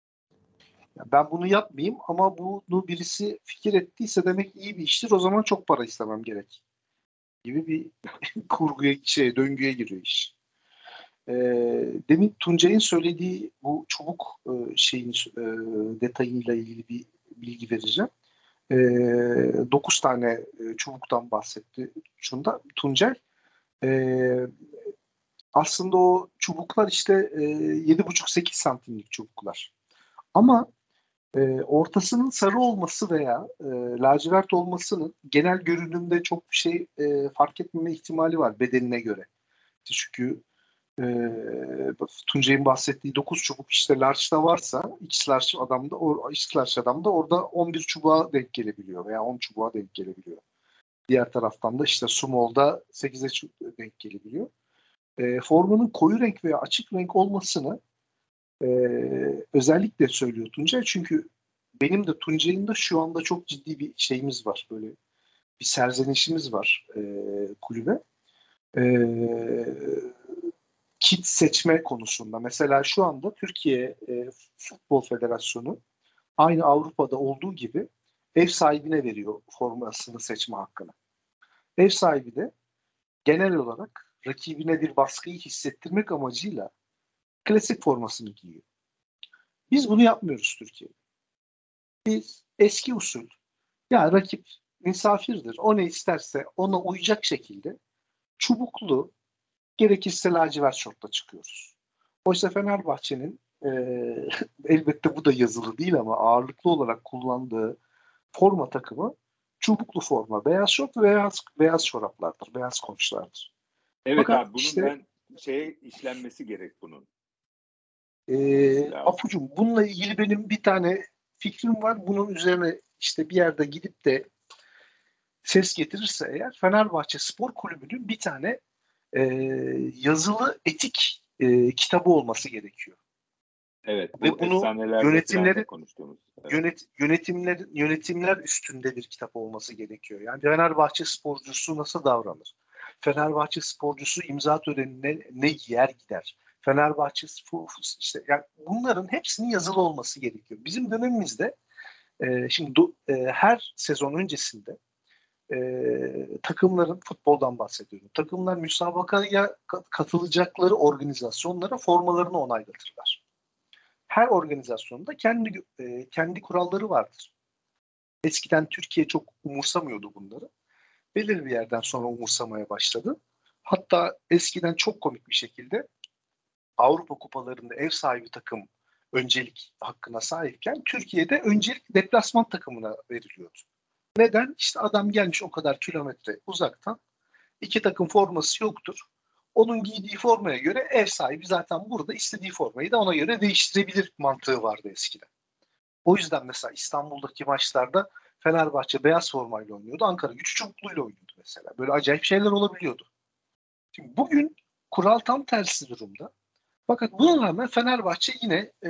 Ya ben bunu yapmayayım ama bunu birisi fikir ettiyse demek iyi bir iştir. O zaman çok para istemem gerek gibi bir kurguya, şey, döngüye giriyor iş. Ee, demin Tuncay'ın söylediği bu çubuk e, şeyin e, detayıyla ilgili bir bilgi vereceğim. E, dokuz tane e, çubuktan bahsetti şunda Tuncay. E, aslında o çubuklar işte e, yedi buçuk sekiz santimlik çubuklar. Ama e, ortasının sarı olması veya e, lacivert olmasının genel görünümde çok bir şey e, fark etmeme ihtimali var bedenine göre. Çünkü e, Tuncay'ın bahsettiği dokuz çubuk işte large'da varsa X large adamda o X large adamda orada on bir çubuğa denk gelebiliyor veya on çubuğa denk gelebiliyor. Diğer taraftan da işte small'da sekize denk gelebiliyor. E, formunun koyu renk veya açık renk olmasını e, özellikle söylüyor Tuncay. Çünkü benim de Tuncay'ın da şu anda çok ciddi bir şeyimiz var. Böyle bir serzenişimiz var e, kulübe. E, kit seçme konusunda. Mesela şu anda Türkiye e, Futbol Federasyonu aynı Avrupa'da olduğu gibi ev sahibine veriyor formasını seçme hakkını. Ev sahibi de genel olarak rakibine bir baskıyı hissettirmek amacıyla klasik formasını giyiyor. Biz bunu yapmıyoruz Türkiye'de. Biz eski usul, ya rakip misafirdir, o ne isterse ona uyacak şekilde çubuklu, gerekirse lacivert şortla çıkıyoruz. Oysa Fenerbahçe'nin e, elbette bu da yazılı değil ama ağırlıklı olarak kullandığı forma takımı çubuklu forma, beyaz şort ve beyaz, beyaz çoraplardır, beyaz konçlardır. Evet Fakat abi bunun işte ben şeye işlenmesi gerek bunun. e, Lazım. Apucum bununla ilgili benim bir tane fikrim var. Bunun üzerine işte bir yerde gidip de ses getirirse eğer Fenerbahçe Spor Kulübü'nün bir tane e, yazılı etik e, kitabı olması gerekiyor. Evet Ve bu bunu efsanelerde falan da yönetimleri konuştuğumuz. Evet. yönet, yönetimler yönetimler üstünde bir kitap olması gerekiyor. Yani Fenerbahçe sporcusu nasıl davranır? Fenerbahçe sporcusu imza törenine ne giyer gider? Fenerbahçe spor, işte yani bunların hepsinin yazılı olması gerekiyor. Bizim dönemimizde e, şimdi do, e, her sezon öncesinde e, takımların futboldan bahsediyorum. Takımlar müsabakaya katılacakları organizasyonlara formalarını onaylatırlar. Her organizasyonda kendi e, kendi kuralları vardır. Eskiden Türkiye çok umursamıyordu bunları. Belirli bir yerden sonra umursamaya başladı. Hatta eskiden çok komik bir şekilde Avrupa kupalarında ev sahibi takım öncelik hakkına sahipken Türkiye'de öncelik deplasman takımına veriliyordu. Neden? İşte adam gelmiş o kadar kilometre uzaktan. İki takım forması yoktur. Onun giydiği formaya göre ev sahibi zaten burada istediği formayı da ona göre değiştirebilir mantığı vardı eskiden. O yüzden mesela İstanbul'daki maçlarda Fenerbahçe beyaz formayla oynuyordu. Ankara Gücü çubukluyla oynuyordu mesela. Böyle acayip şeyler olabiliyordu. Şimdi bugün kural tam tersi durumda. Fakat buna rağmen Fenerbahçe yine e,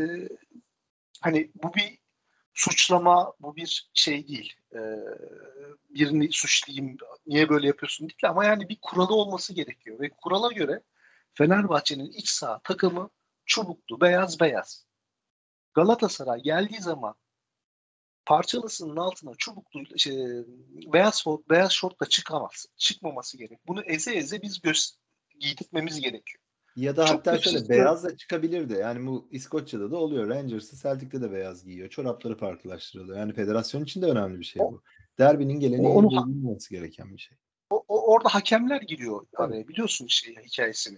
hani bu bir suçlama, bu bir şey değil. E, birini suçlayayım, niye böyle yapıyorsun değil ama yani bir kuralı olması gerekiyor. Ve kurala göre Fenerbahçe'nin iç saha takımı çubuklu, beyaz beyaz. Galatasaray geldiği zaman parçalısının altına çubukluyla şey, beyaz beyaz şortla çıkamaz. Çıkmaması gerek. Bunu eze eze biz göz giydirtmemiz gerekiyor. Ya da Çok hatta kötü şöyle sistem. beyaz da çıkabilirdi. Yani bu İskoçya'da da oluyor. Rangers'ı Celtic'te de beyaz giyiyor. Çorapları farklılaştırıyorlar. Yani federasyon için de önemli bir şey bu. Derbinin geleneği Onu- bulunması gereken bir şey. O, o- orada hakemler giriyor Tabii. araya. Biliyorsun şey hikayesini.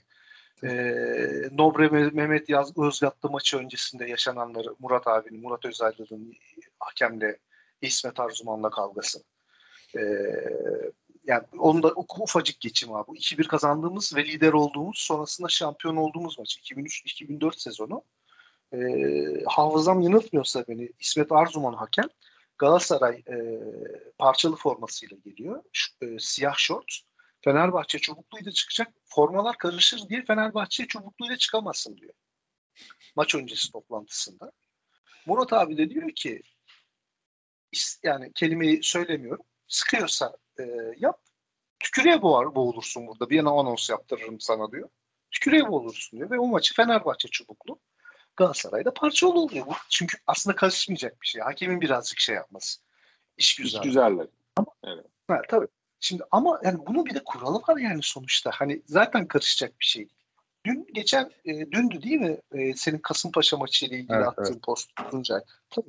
Ee, Nobre Me- Mehmet Yaz Özgatlı maçı öncesinde yaşananları, Murat abinin, Murat Özaydın'ın hakemle İsmet Arzuman'la kavgası. Ee, yani onun da ufacık geçim abi. iki bir kazandığımız ve lider olduğumuz, sonrasında şampiyon olduğumuz maç. iki bin üç iki bin dört sezonu. Ee, hafızam yanıltmıyorsa beni, İsmet Arzuman hakem Galatasaray e, parçalı formasıyla geliyor. Ş- e, siyah şort. Fenerbahçe çubukluyla çıkacak. Formalar karışır diye Fenerbahçe çubukluyla çıkamazsın diyor. Maç öncesi toplantısında. Murat abi de diyor ki is- yani kelimeyi söylemiyorum. Sıkıyorsa e, yap. Tükürüğe boğar, boğulursun burada. Bir yana anons yaptırırım sana diyor. Tükürüğe boğulursun diyor. Ve o maçı Fenerbahçe çubuklu. Galatasaray'da parçalı oluyor bu. Çünkü aslında karışmayacak bir şey. Hakemin birazcık şey yapması. İş İş güzel. güzellik. Evet. Ha, tabii. Şimdi ama yani bunun bir de kuralı var yani sonuçta. Hani zaten karışacak bir şey değil. Dün geçen e, dündü değil mi? E, senin Kasımpaşa maçı ile ilgili Evet, attığın evet. post Tuncay. Tabii.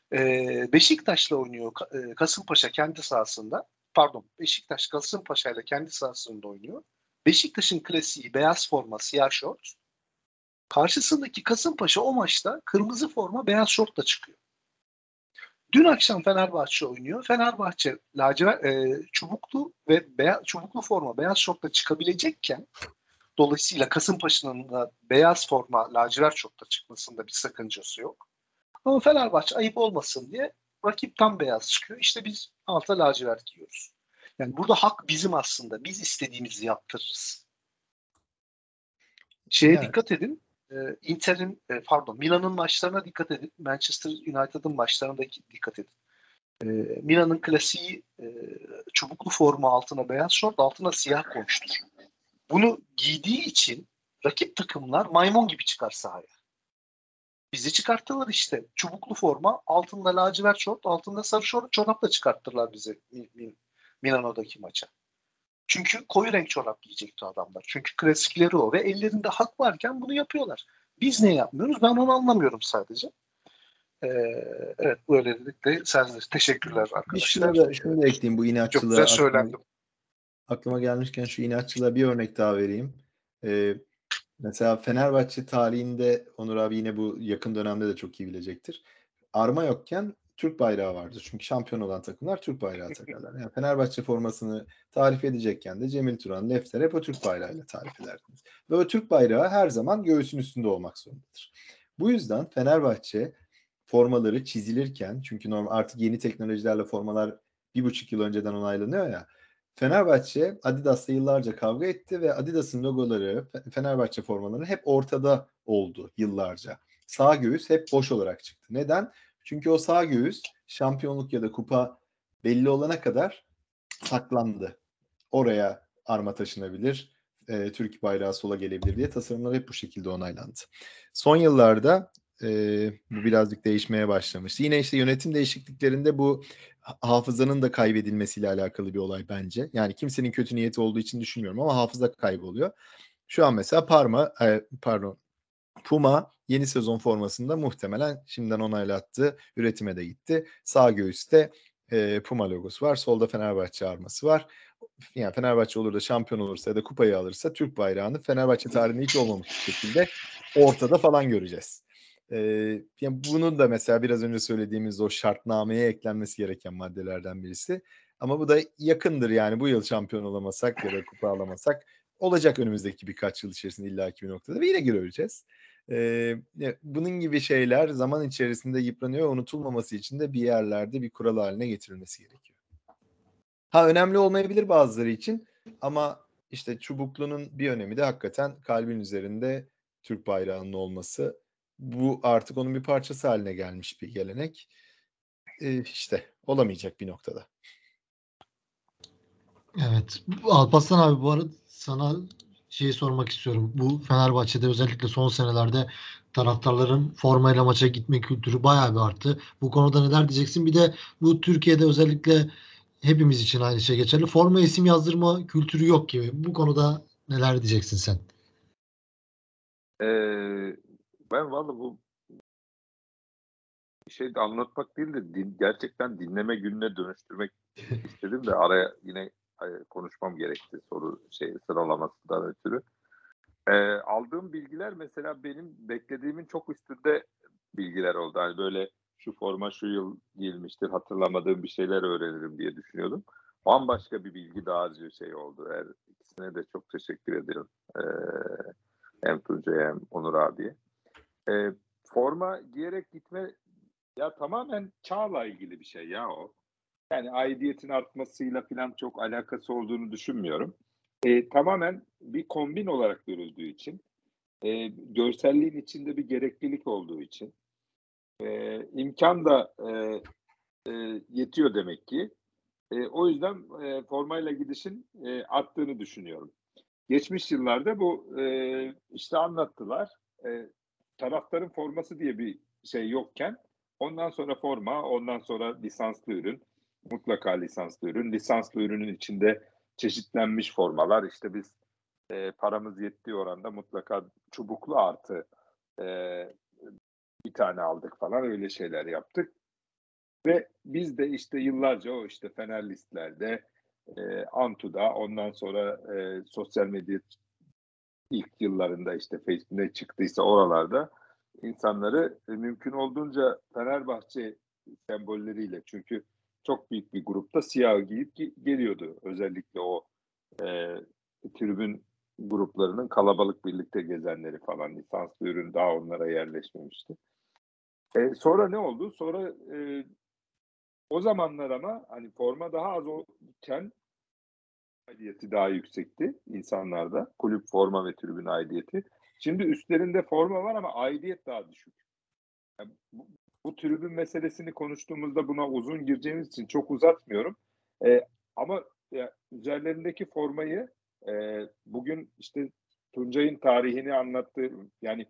E, Beşiktaş'la oynuyor Ka- e, Kasımpaşa kendi sahasında. Pardon, Beşiktaş Kasımpaşa ile kendi sahasında oynuyor. Beşiktaş'ın klasiği beyaz forma, siyah şort. Karşısındaki Kasımpaşa o maçta kırmızı forma, beyaz şortla çıkıyor. Dün akşam Fenerbahçe oynuyor. Fenerbahçe lacivert e, çubuklu ve beyaz, çubuklu forma beyaz şortla çıkabilecekken, dolayısıyla Kasımpaşa'nın da beyaz forma lacivert şortla çıkmasında bir sakıncası yok. Ama Fenerbahçe ayıp olmasın diye rakip tam beyaz çıkıyor. İşte biz alta lacivert giyiyoruz. Yani burada hak bizim aslında. Biz istediğimizi yaptırırız. Şeye Yani. dikkat edin. E, Inter'in e, pardon Milan'ın maçlarına dikkat edin. Manchester United'ın maçlarına da dikkat edin. E, Milan'ın klasiği e, çubuklu forma altına beyaz şort, altına siyah koymuştur. Bunu giydiği için rakip takımlar maymun gibi çıkar sahaya. Bizi çıkarttılar işte. Çubuklu forma, altında lacivert şort, altında sarı şort, çorapla çıkarttılar bizi Milano'daki maça. Çünkü koyu renk çorap giyecekti adamlar. Çünkü klasikleri o ve ellerinde hak varken bunu yapıyorlar. Biz ne yapmıyoruz? Ben onu anlamıyorum sadece. Ee, evet, böylelikle sensiz. Teşekkürler Bir arkadaşlar. şunu da, şunu da ekleyeyim bu Çok inatçılığa. güzel Aklıma, söylendim. aklıma gelmişken şu inatçılığa bir örnek daha vereyim. Ee, mesela Fenerbahçe tarihinde Onur abi yine bu yakın dönemde de çok iyi bilecektir. Arma yokken Türk bayrağı vardır. Çünkü şampiyon olan takımlar Türk bayrağı takarlar. Yani Fenerbahçe formasını tarif edecekken de Cemil Turan, Lefter hep o Türk bayrağıyla tarif ederdiniz. Ve o Türk bayrağı her zaman göğsün üstünde olmak zorundadır. Bu yüzden Fenerbahçe formaları çizilirken, çünkü normal artık yeni teknolojilerle formalar bir buçuk yıl önceden onaylanıyor ya, Fenerbahçe Adidas'la yıllarca kavga etti ve Adidas'ın logoları, Fenerbahçe formaları hep ortada oldu yıllarca. Sağ göğüs hep boş olarak çıktı. Neden? Çünkü o sağ göğüs şampiyonluk ya da kupa belli olana kadar saklandı. Oraya arma taşınabilir, e, Türk bayrağı sola gelebilir diye tasarımlar hep bu şekilde onaylandı. Son yıllarda e, bu birazcık değişmeye başlamıştı. Yine işte yönetim değişikliklerinde bu hafızanın da kaybedilmesiyle alakalı bir olay bence. Yani kimsenin kötü niyeti olduğu için düşünmüyorum ama hafıza kayboluyor. Şu an mesela Parma, e, pardon Puma yeni sezon formasında muhtemelen şimdiden onaylattı. Üretime de gitti. Sağ göğüste e, Puma logosu var. Solda Fenerbahçe arması var. Yani Fenerbahçe olur da şampiyon olursa ya da kupayı alırsa Türk bayrağını Fenerbahçe tarihinde hiç olmamış bir şekilde ortada falan göreceğiz. Ee, yani bunun da mesela biraz önce söylediğimiz o şartnameye eklenmesi gereken maddelerden birisi. Ama bu da yakındır yani bu yıl şampiyon olamasak ya da kupa alamasak olacak önümüzdeki birkaç yıl içerisinde illaki bir noktada ve yine göreceğiz. Ee, bunun gibi şeyler zaman içerisinde yıpranıyor ve unutulmaması için de bir yerlerde bir kural haline getirilmesi gerekiyor. Ha önemli olmayabilir bazıları için ama işte çubuklunun bir önemi de hakikaten kalbin üzerinde Türk bayrağının olması. Bu artık onun bir parçası haline gelmiş bir gelenek. Ee, işte olamayacak bir noktada. Evet. Alparslan abi bu arada sana şeyi sormak istiyorum. Bu Fenerbahçe'de özellikle son senelerde taraftarların formayla maça gitme kültürü bayağı bir arttı. Bu konuda neler diyeceksin? Bir de bu Türkiye'de özellikle hepimiz için aynı şey geçerli. Forma isim yazdırma kültürü yok gibi. Bu konuda neler diyeceksin sen? Ee, ben vallahi bu şey de anlatmak değil de din, gerçekten dinleme gününe dönüştürmek istedim de araya yine e, konuşmam gerekti soru şey sıralamasından ötürü. Ee, aldığım bilgiler mesela benim beklediğimin çok üstünde bilgiler oldu. Hani böyle şu forma şu yıl giyilmiştir, hatırlamadığım bir şeyler öğrenirim diye düşünüyordum. Bambaşka bir bilgi dağarcığı şey oldu. Her ikisine de çok teşekkür ederim. Ee, hem Tuncay'a hem Onur abiye. Ee, forma giyerek gitme ya tamamen çağla ilgili bir şey ya o. Yani aidiyetin artmasıyla falan çok alakası olduğunu düşünmüyorum. Ee, tamamen bir kombin olarak görüldüğü için, e, görselliğin içinde bir gereklilik olduğu için, e, imkan da e, e, yetiyor demek ki. E, o yüzden e, formayla gidişin e, arttığını düşünüyorum. Geçmiş yıllarda bu e, işte anlattılar. E, taraftarın forması diye bir şey yokken ondan sonra forma, ondan sonra lisanslı ürün, mutlaka lisanslı ürün. Lisanslı ürünün içinde çeşitlenmiş formalar. İşte biz e, paramız yettiği oranda mutlaka çubuklu artı e, bir tane aldık falan öyle şeyler yaptık. Ve biz de işte yıllarca o işte Fenerlistlerde, e, Antu'da ondan sonra e, sosyal medya ilk yıllarında işte Facebook ne çıktıysa oralarda insanları e, mümkün olduğunca Fenerbahçe sembolleriyle çünkü çok büyük bir grupta siyah giyip ge- geliyordu. Özellikle o e, tribün gruplarının kalabalık birlikte gezenleri falan lisanslı ürün daha onlara yerleşmemişti. E, sonra ne oldu? Sonra e, o zamanlar ama hani forma daha az olurken aidiyeti daha yüksekti insanlarda. Kulüp forma ve tribün aidiyeti. Şimdi üstlerinde forma var ama aidiyet daha düşük. Yani bu, bu tribün meselesini konuştuğumuzda buna uzun gireceğimiz için çok uzatmıyorum. Ee, ama ya, üzerlerindeki formayı e, bugün işte Tuncay'ın tarihini anlattığı yani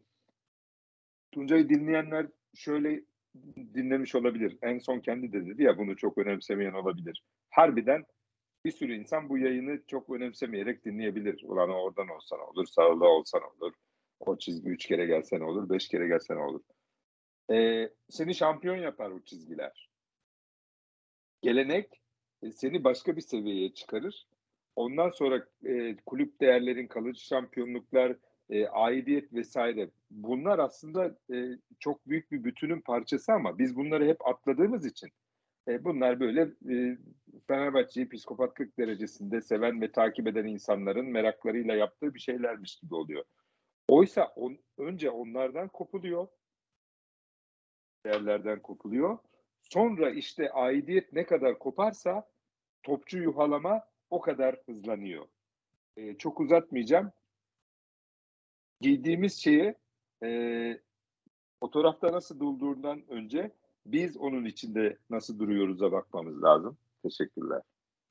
Tuncay'ı dinleyenler şöyle dinlemiş olabilir. En son kendi de dedi ya bunu çok önemsemeyen olabilir. Harbiden bir sürü insan bu yayını çok önemsemeyerek dinleyebilir. Ulan oradan olsa ne olur, sağlı olsa ne olur, o çizgi üç kere gelse ne olur, beş kere gelse ne olur. Ee, seni şampiyon yapar o çizgiler. Gelenek e, seni başka bir seviyeye çıkarır. Ondan sonra e, kulüp değerlerin, kalıcı şampiyonluklar, e, aidiyet vesaire bunlar aslında e, çok büyük bir bütünün parçası ama biz bunları hep atladığımız için e, bunlar böyle e, Fenerbahçe'yi psikopatlık derecesinde seven ve takip eden insanların meraklarıyla yaptığı bir şeylermiş gibi oluyor. Oysa on, önce onlardan kopuluyor, değerlerden kopuluyor. Sonra işte aidiyet ne kadar koparsa topçu yuhalama o kadar hızlanıyor. E, çok uzatmayacağım. Giydiğimiz şeyi e, fotoğrafta nasıl durduğundan önce biz onun içinde nasıl duruyoruz'a bakmamız lazım. Teşekkürler.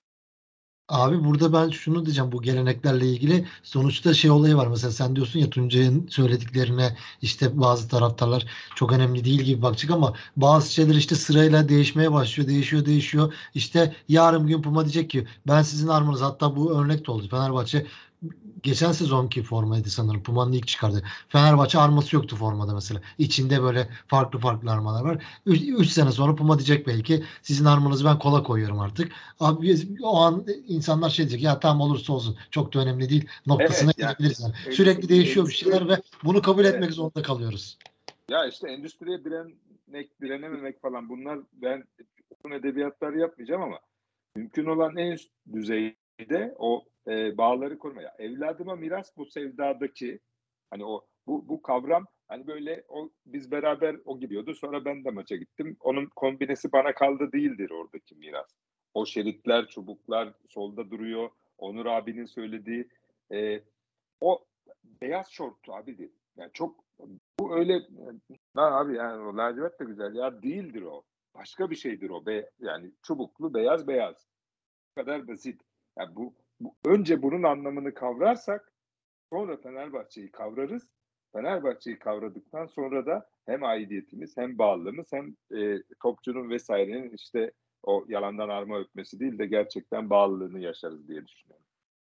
Abi burada ben şunu diyeceğim bu geleneklerle ilgili sonuçta şey olayı var mesela sen diyorsun ya Tuncay'ın söylediklerine işte bazı taraftarlar çok önemli değil gibi bakacak ama bazı şeyler işte sırayla değişmeye başlıyor değişiyor değişiyor işte yarın bir gün Puma diyecek ki ben sizin armanız hatta bu örnek de oldu Fenerbahçe geçen sezonki formaydı sanırım Puma'nın ilk çıkardığı Fenerbahçe arması yoktu formada mesela içinde böyle farklı farklı armalar var üç sene sonra Puma diyecek belki sizin armanızı ben kola koyuyorum artık. Abi biz, o an insanlar şey diyecek ya tamam olursa olsun çok da önemli değil noktasına Evet yani gelebiliriz yani. Sürekli endüstri, değişiyor bir endüstri şeyler ve bunu kabul evet. etmek zorunda kalıyoruz. Ya işte endüstriye direnmek, direnememek falan bunlar ben uzun edebiyatlar yapmayacağım ama mümkün olan en üst düzeyde o e, bağları kurmaya. Evladıma miras bu sevdadaki hani o bu bu kavram hani böyle o biz beraber o gidiyordu sonra ben de maça gittim. Onun kombinesi bana kaldı değildir oradaki miras. O şeritler, çubuklar solda duruyor. Onur abinin söylediği e, o beyaz şortu abidir. Yani çok bu öyle lan abi yani o lacivert de güzel ya değildir o. Başka bir şeydir o. Be, yani çubuklu beyaz beyaz. Bu kadar basit. Yani bu, bu önce bunun anlamını kavrarsak Sonra Fenerbahçe'yi kavrarız. Fenerbahçe'yi kavradıktan sonra da hem aidiyetimiz hem bağlılığımız hem e, topçunun vesairenin işte o yalandan arma öpmesi değil de gerçekten bağlılığını yaşarız diye düşünüyorum.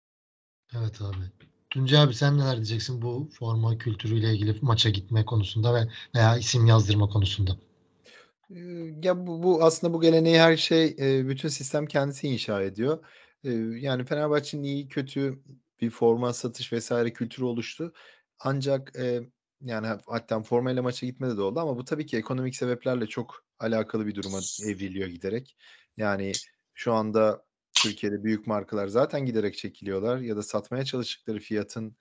Evet abi. Tuncay abi sen neler diyeceksin bu forma kültürüyle ilgili maça gitme konusunda ve veya isim yazdırma konusunda? Ee, Ya bu, bu aslında bu geleneği her şey e, bütün sistem kendisi inşa ediyor. Ee, Yani Fenerbahçe'nin iyi kötü bir forma satış vesaire kültürü oluştu. Ancak e, yani hatta formayla maça gitmedi de oldu ama bu tabii ki ekonomik sebeplerle çok alakalı bir duruma evriliyor giderek. Yani şu anda Türkiye'de büyük markalar zaten giderek çekiliyorlar ya da satmaya çalıştıkları fiyatın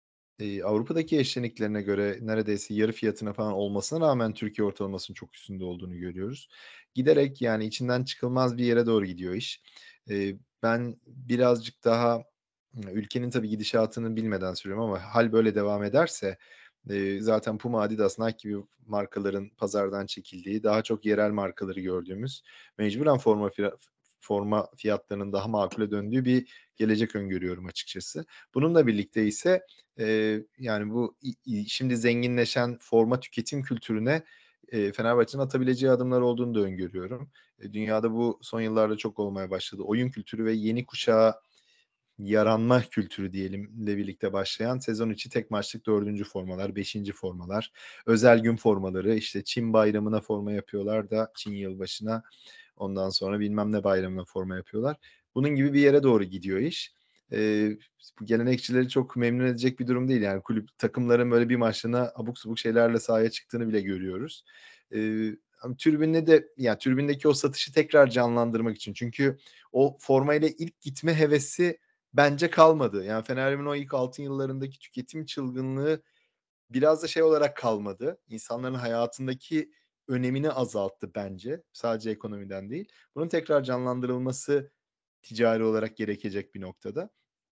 e, Avrupa'daki eşleniklerine göre neredeyse yarı fiyatına falan olmasına rağmen Türkiye ortalamasının çok üstünde olduğunu görüyoruz. Giderek yani içinden çıkılmaz bir yere doğru gidiyor iş. E, ben birazcık daha ülkenin tabii gidişatını bilmeden söylüyorum ama hal böyle devam ederse e, zaten Puma, Adidas, Nike gibi markaların pazardan çekildiği, daha çok yerel markaları gördüğümüz, mecburen forma fiyat, forma fiyatlarının daha makule döndüğü bir gelecek öngörüyorum açıkçası. Bununla birlikte ise e, yani bu şimdi zenginleşen forma tüketim kültürüne e, Fenerbahçe'nin atabileceği adımlar olduğunu da öngörüyorum. E, dünyada bu son yıllarda çok olmaya başladı. Oyun kültürü ve yeni kuşağa yaranma kültürü diyelimle birlikte başlayan sezon içi tek maçlık dördüncü formalar, beşinci formalar, özel gün formaları, işte Çin bayramına forma yapıyorlar da Çin yılbaşına, ondan sonra bilmem ne bayramına forma yapıyorlar. Bunun gibi bir yere doğru gidiyor iş. Ee, Bu gelenekçileri çok memnun edecek bir durum değil. Yani kulüp takımların böyle bir maçına abuk subuk şeylerle sahaya çıktığını bile görüyoruz. Ee, Tribünde de yani tribündeki o satışı tekrar canlandırmak için. Çünkü o formayla ilk gitme hevesi bence kalmadı. Yani Fenerbahçe'nin o ilk altın yıllarındaki tüketim çılgınlığı biraz da şey olarak kalmadı. İnsanların hayatındaki önemini azalttı bence. Sadece ekonomiden değil. Bunun tekrar canlandırılması ticari olarak gerekecek bir noktada.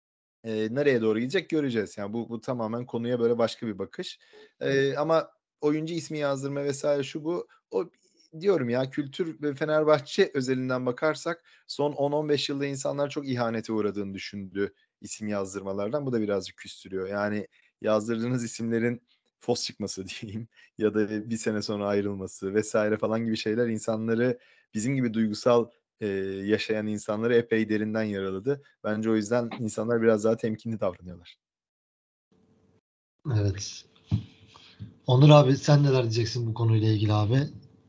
Ee, nereye doğru gidecek göreceğiz. Yani bu, bu tamamen konuya böyle başka bir bakış. Ee, ama oyuncu ismi yazdırma vesaire şu bu. O diyorum ya, kültür ve Fenerbahçe özelinden bakarsak son on on beş yılda insanlar çok ihanete uğradığını düşündü isim yazdırmalardan. Bu da birazcık küstürüyor. Yani yazdırdığınız isimlerin fos çıkması diyeyim ya da bir sene sonra ayrılması vesaire falan gibi şeyler insanları, bizim gibi duygusal e, yaşayan insanları epey derinden yaraladı. Bence o yüzden insanlar biraz daha temkinli davranıyorlar. Evet. Onur abi sen neler diyeceksin bu konuyla ilgili abi?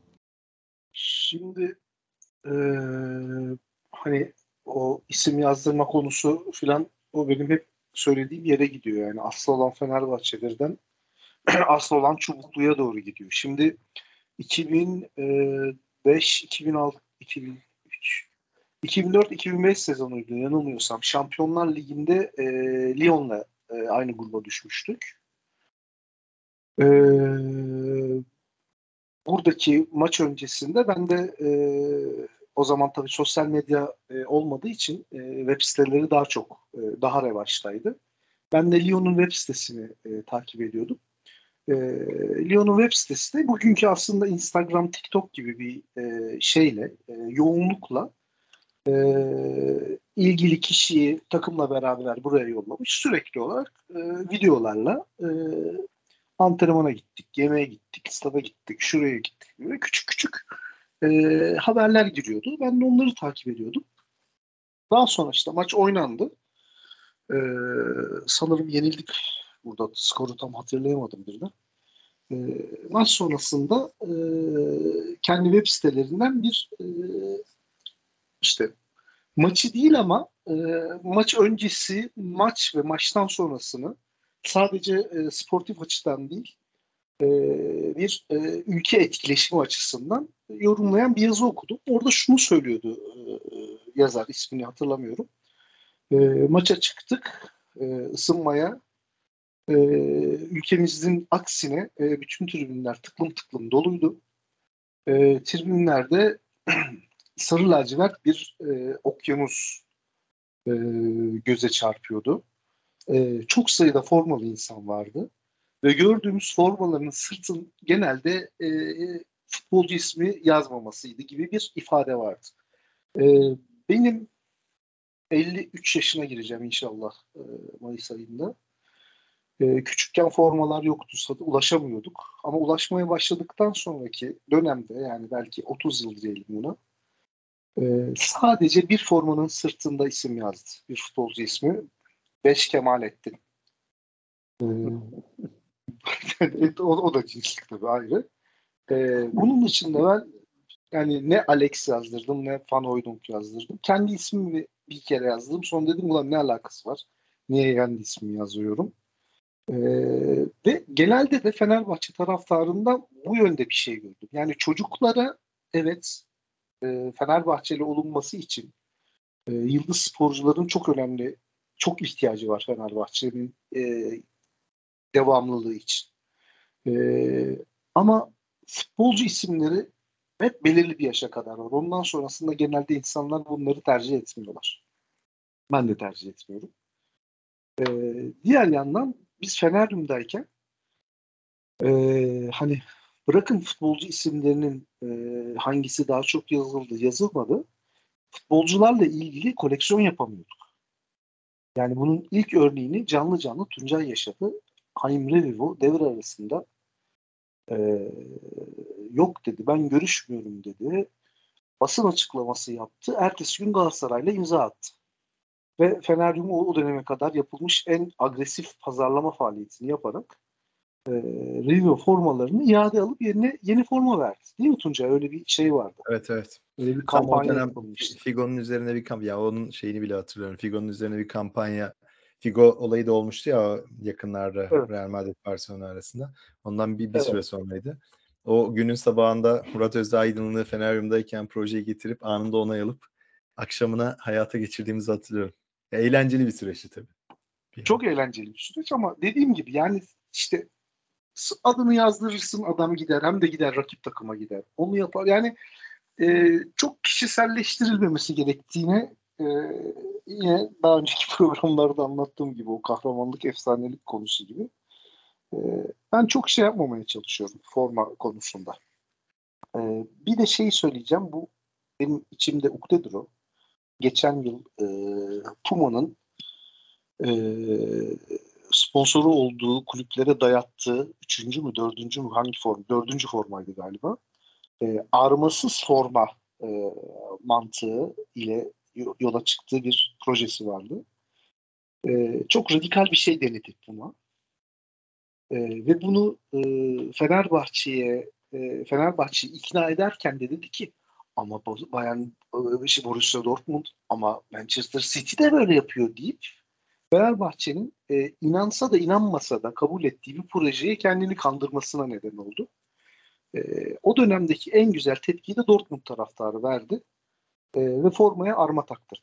Şimdi eee, hani o isim yazdırma konusu filan o benim hep söylediğim yere gidiyor. Yani asıl olan Fenerbahçelerden asıl olan Çubuklu'ya doğru gidiyor. Şimdi iki bin beş, iki bin altı, iki bin üç, iki bin dört, iki bin beş sezonuydu yanılmıyorsam. Şampiyonlar Ligi'nde e, Lyon'la e, aynı gruba düşmüştük. E, Buradaki maç öncesinde ben de e, o zaman tabii sosyal medya e, olmadığı için e, web siteleri daha çok e, daha revaçtaydı. Ben de Lyon'un web sitesini e, takip ediyordum. E, Lyon'un web sitesi de bugünkü aslında Instagram, TikTok gibi bir e, şeyle, e, yoğunlukla e, ilgili kişiyi takımla beraber buraya yollamış. Sürekli olarak e, videolarla e, antrenmana gittik, yemeğe gittik, stada gittik, şuraya gittik. Böyle küçük küçük e, haberler giriyordu. Ben de onları takip ediyordum. Daha sonra işte maç oynandı. E, Sanırım yenildik. Burada skoru tam hatırlayamadım birden. E, Maç sonrasında e, kendi web sitelerinden bir e, işte maçı değil ama e, maç öncesi, maç ve maçtan sonrasını sadece e, sportif açıdan değil, e, bir e, ülke etkileşimi açısından yorumlayan bir yazı okudum. Orada şunu söylüyordu e, yazar, ismini hatırlamıyorum. E, Maça çıktık, e, ısınmaya. E, Ülkemizin aksine e, bütün tribünler tıklım tıklım doluydu. E, tribünlerde sarı lacivert bir e, okyanus e, göze çarpıyordu. E, çok sayıda formalı insan vardı. Ve gördüğümüz formaların sırtın genelde e, futbolcu ismi yazmamasıydı gibi bir ifade vardı. E, Benim elli üç yaşına gireceğim inşallah e, Mayıs ayında. E, küçükken formalar yoktu, ulaşamıyorduk. Ama ulaşmaya başladıktan sonraki dönemde, yani belki otuz yıl diyelim buna, e, sadece bir formanın sırtında isim yazdı. Bir futbolcu ismi. Beş Kemalettin. E, o, o da cinslik tabii ayrı. E, bunun dışında ben yani ne Alex yazdırdım ne Van Hooijdonk yazdırdım. Kendi ismimi bir kere yazdım. Sonra dedim ulan ne alakası var? Niye kendi ismimi yazıyorum? Ee, ve genelde de Fenerbahçe taraftarında bu yönde bir şey gördüm. Yani çocuklara evet e, Fenerbahçeli olunması için e, yıldız sporcuların çok önemli, çok ihtiyacı var Fenerbahçe'nin e, devamlılığı için. E, ama futbolcu isimleri hep belirli bir yaşa kadar var. Ondan sonrasında genelde insanlar bunları tercih etmiyorlar. Ben de tercih etmiyorum. E, diğer yandan biz Feneryum'dayken Ee, hani bırakın futbolcu isimlerinin e, hangisi daha çok yazıldı, yazılmadı. Futbolcularla ilgili koleksiyon yapamıyorduk. Yani bunun ilk örneğini canlı canlı Tuncay yaşadı. Haim Revivo devre arasında e, yok dedi, ben görüşmüyorum dedi. Basın açıklaması yaptı. Ertesi gün Galatasaray'la imza attı. Ve Feneryum o, o döneme kadar yapılmış en agresif pazarlama faaliyetini yaparak e, Rio formalarını iade alıp yerine yeni forma verdi. Değil mi Tuncay? Öyle bir şey vardı. Evet evet. Öyle bir Tam o kampanya dönem yapılmıştı. Figo'nun üzerine bir kampanya, ya onun şeyini bile hatırlıyorum. Figo'nun üzerine bir kampanya, Figo olayı da olmuştu ya yakınlarda, Evet. Real Madrid Barcelona arasında. Ondan bir, bir Evet. süre sonraydı. O günün sabahında Murat Özaydın'ı Feneryum'dayken projeyi getirip anında onay alıp akşamına hayata geçirdiğimizi hatırlıyorum. Ya, eğlenceli bir süreçti tabii. Çok eğlenceli bir süreç ama dediğim gibi yani işte adını yazdırırsın, adam gider, hem de gider rakip takıma gider. Onu yapar. Yani e, çok kişiselleştirilmemesi gerektiğine e, yine daha önceki programlarda anlattığım gibi, o kahramanlık, efsanelik konusu gibi. E, ben çok şey yapmamaya çalışıyorum forma konusunda. E, bir de şeyi söyleyeceğim, bu benim içimde ukdedir o. Geçen yıl e, Puma'nın e, sponsoru olduğu kulüplere dayattığı üçüncü mü dördüncü mü hangi form? Dördüncü formaydı galiba. E, armasız forma e, mantığı ile yola çıktığı bir projesi vardı. E, çok radikal bir şey denedi Puma. E, ve bunu e, Fenerbahçe'ye e, Fenerbahçe'yi ikna ederken de dedi ki ama Bayern Borussia Dortmund ama Manchester City de böyle yapıyor deyip Fenerbahçe'nin e, inansa da inanmasa da kabul ettiği bir projeye kendini kandırmasına neden oldu. E, o dönemdeki en güzel tepkiyi de Dortmund taraftarı verdi e, ve formaya arma taktırdı.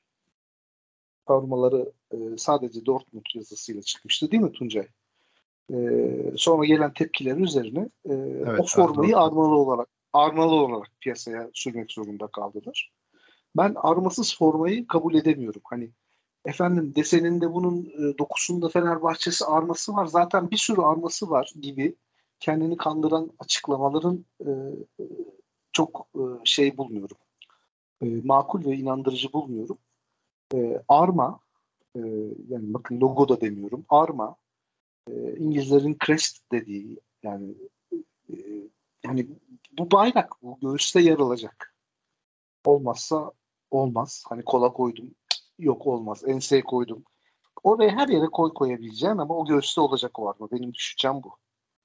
Formaları e, sadece Dortmund yazısıyla çıkmıştı değil mi Tuncay? E, sonra gelen tepkiler üzerine e, Evet, o formayı Dortmund. armalı olarak armalı olarak piyasaya sürmek zorunda kaldılar. Ben armasız formayı kabul edemiyorum. Hani efendim deseninde bunun e, dokusunda Fenerbahçesi arması var. Zaten bir sürü arması var gibi kendini kandıran açıklamaların e, e, çok e, şey bulmuyorum. E, makul ve inandırıcı bulmuyorum. E, arma e, yani bakın logo da demiyorum. Arma e, İngilizlerin crest dediği yani e, yani bu bayrak bu göğüste yer alacak. Olmazsa olmaz. Hani kola koydum. Yok olmaz. Enseye koydum. Oraya her yere koy koyabileceğin ama o göğüste olacak o arma. Benim düşüncem bu.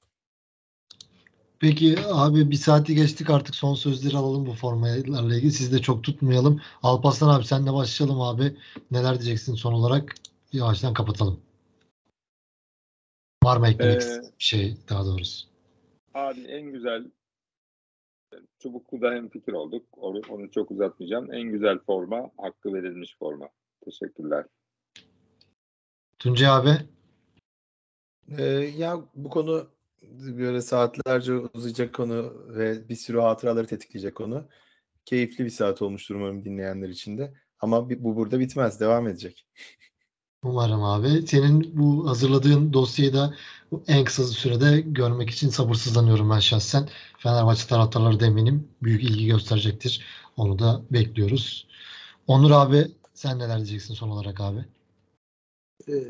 Peki abi bir saati geçtik, artık son sözleri alalım bu formalarla ilgili. Siz de çok tutmayalım. Alparslan abi senle başlayalım abi. Neler diyeceksin son olarak? Yavaştan kapatalım. Var mı eklemek Ee, istediğin bir şey daha doğrusu? Abi en güzel Çubuklu'da hemfikir olduk. Onu, onu çok uzatmayacağım. En güzel forma hakkı verilmiş forma. Teşekkürler. Tuncay abi? Ee, ya bu konu böyle saatlerce uzayacak konu ve bir sürü hatıraları tetikleyecek konu. Keyifli bir saat olmuştur umarım dinleyenler için de. Ama bu burada bitmez, devam edecek. Umarım abi. Senin bu hazırladığın dosyayı da en kısa sürede görmek için sabırsızlanıyorum ben şahsen. Fenerbahçe taraftarları da eminim büyük ilgi gösterecektir. Onu da bekliyoruz. Onur abi sen neler diyeceksin son olarak abi? Ee,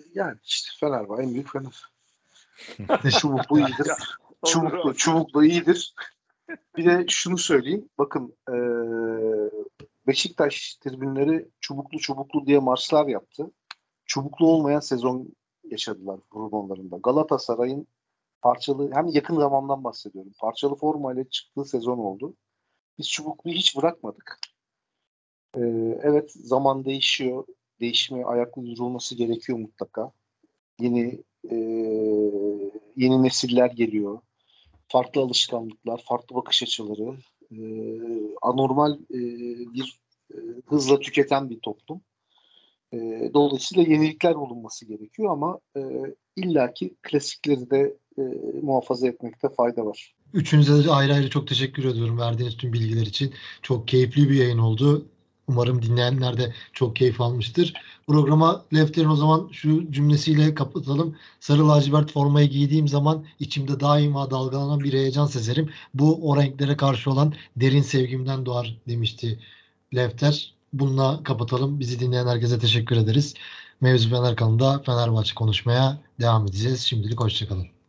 Yani işte Fenerbahçe en büyük Fener. Çubuklu iyidir. Çubuklu, çubuklu iyidir. Bir de şunu söyleyeyim. Bakın e, Beşiktaş tribünleri çubuklu çubuklu diye marşlar yaptı. Çubuklu olmayan sezon yaşadılar Rubonlarında. Galatasaray'ın parçalı, hem yakın zamandan bahsediyorum. Parçalı formayla çıktığı sezon oldu. Biz çubukluyu hiç bırakmadık. Ee, evet, zaman değişiyor. Değişmeye ayak uydurulması gerekiyor mutlaka. Yeni e, yeni nesiller geliyor. Farklı alışkanlıklar, farklı bakış açıları, e, anormal e, bir e, hızla tüketen bir toplum. E, dolayısıyla yenilikler bulunması gerekiyor ama e, illaki klasikleri de e, muhafaza etmekte fayda var. Üçünüze de ayrı ayrı çok teşekkür ediyorum verdiğiniz tüm bilgiler için. Çok keyifli bir yayın oldu. Umarım dinleyenler de çok keyif almıştır. Programa Lefter'in o zaman şu cümlesiyle kapatalım. Sarı lacivert formayı giydiğim zaman içimde daima dalgalanan bir heyecan sezerim. Bu o renklere karşı olan derin sevgimden doğar demişti Lefter. Bununla kapatalım. Bizi dinleyen herkese teşekkür ederiz. Mevzu Fener kanalında Fenerbahçe konuşmaya devam edeceğiz. Şimdilik hoşçakalın.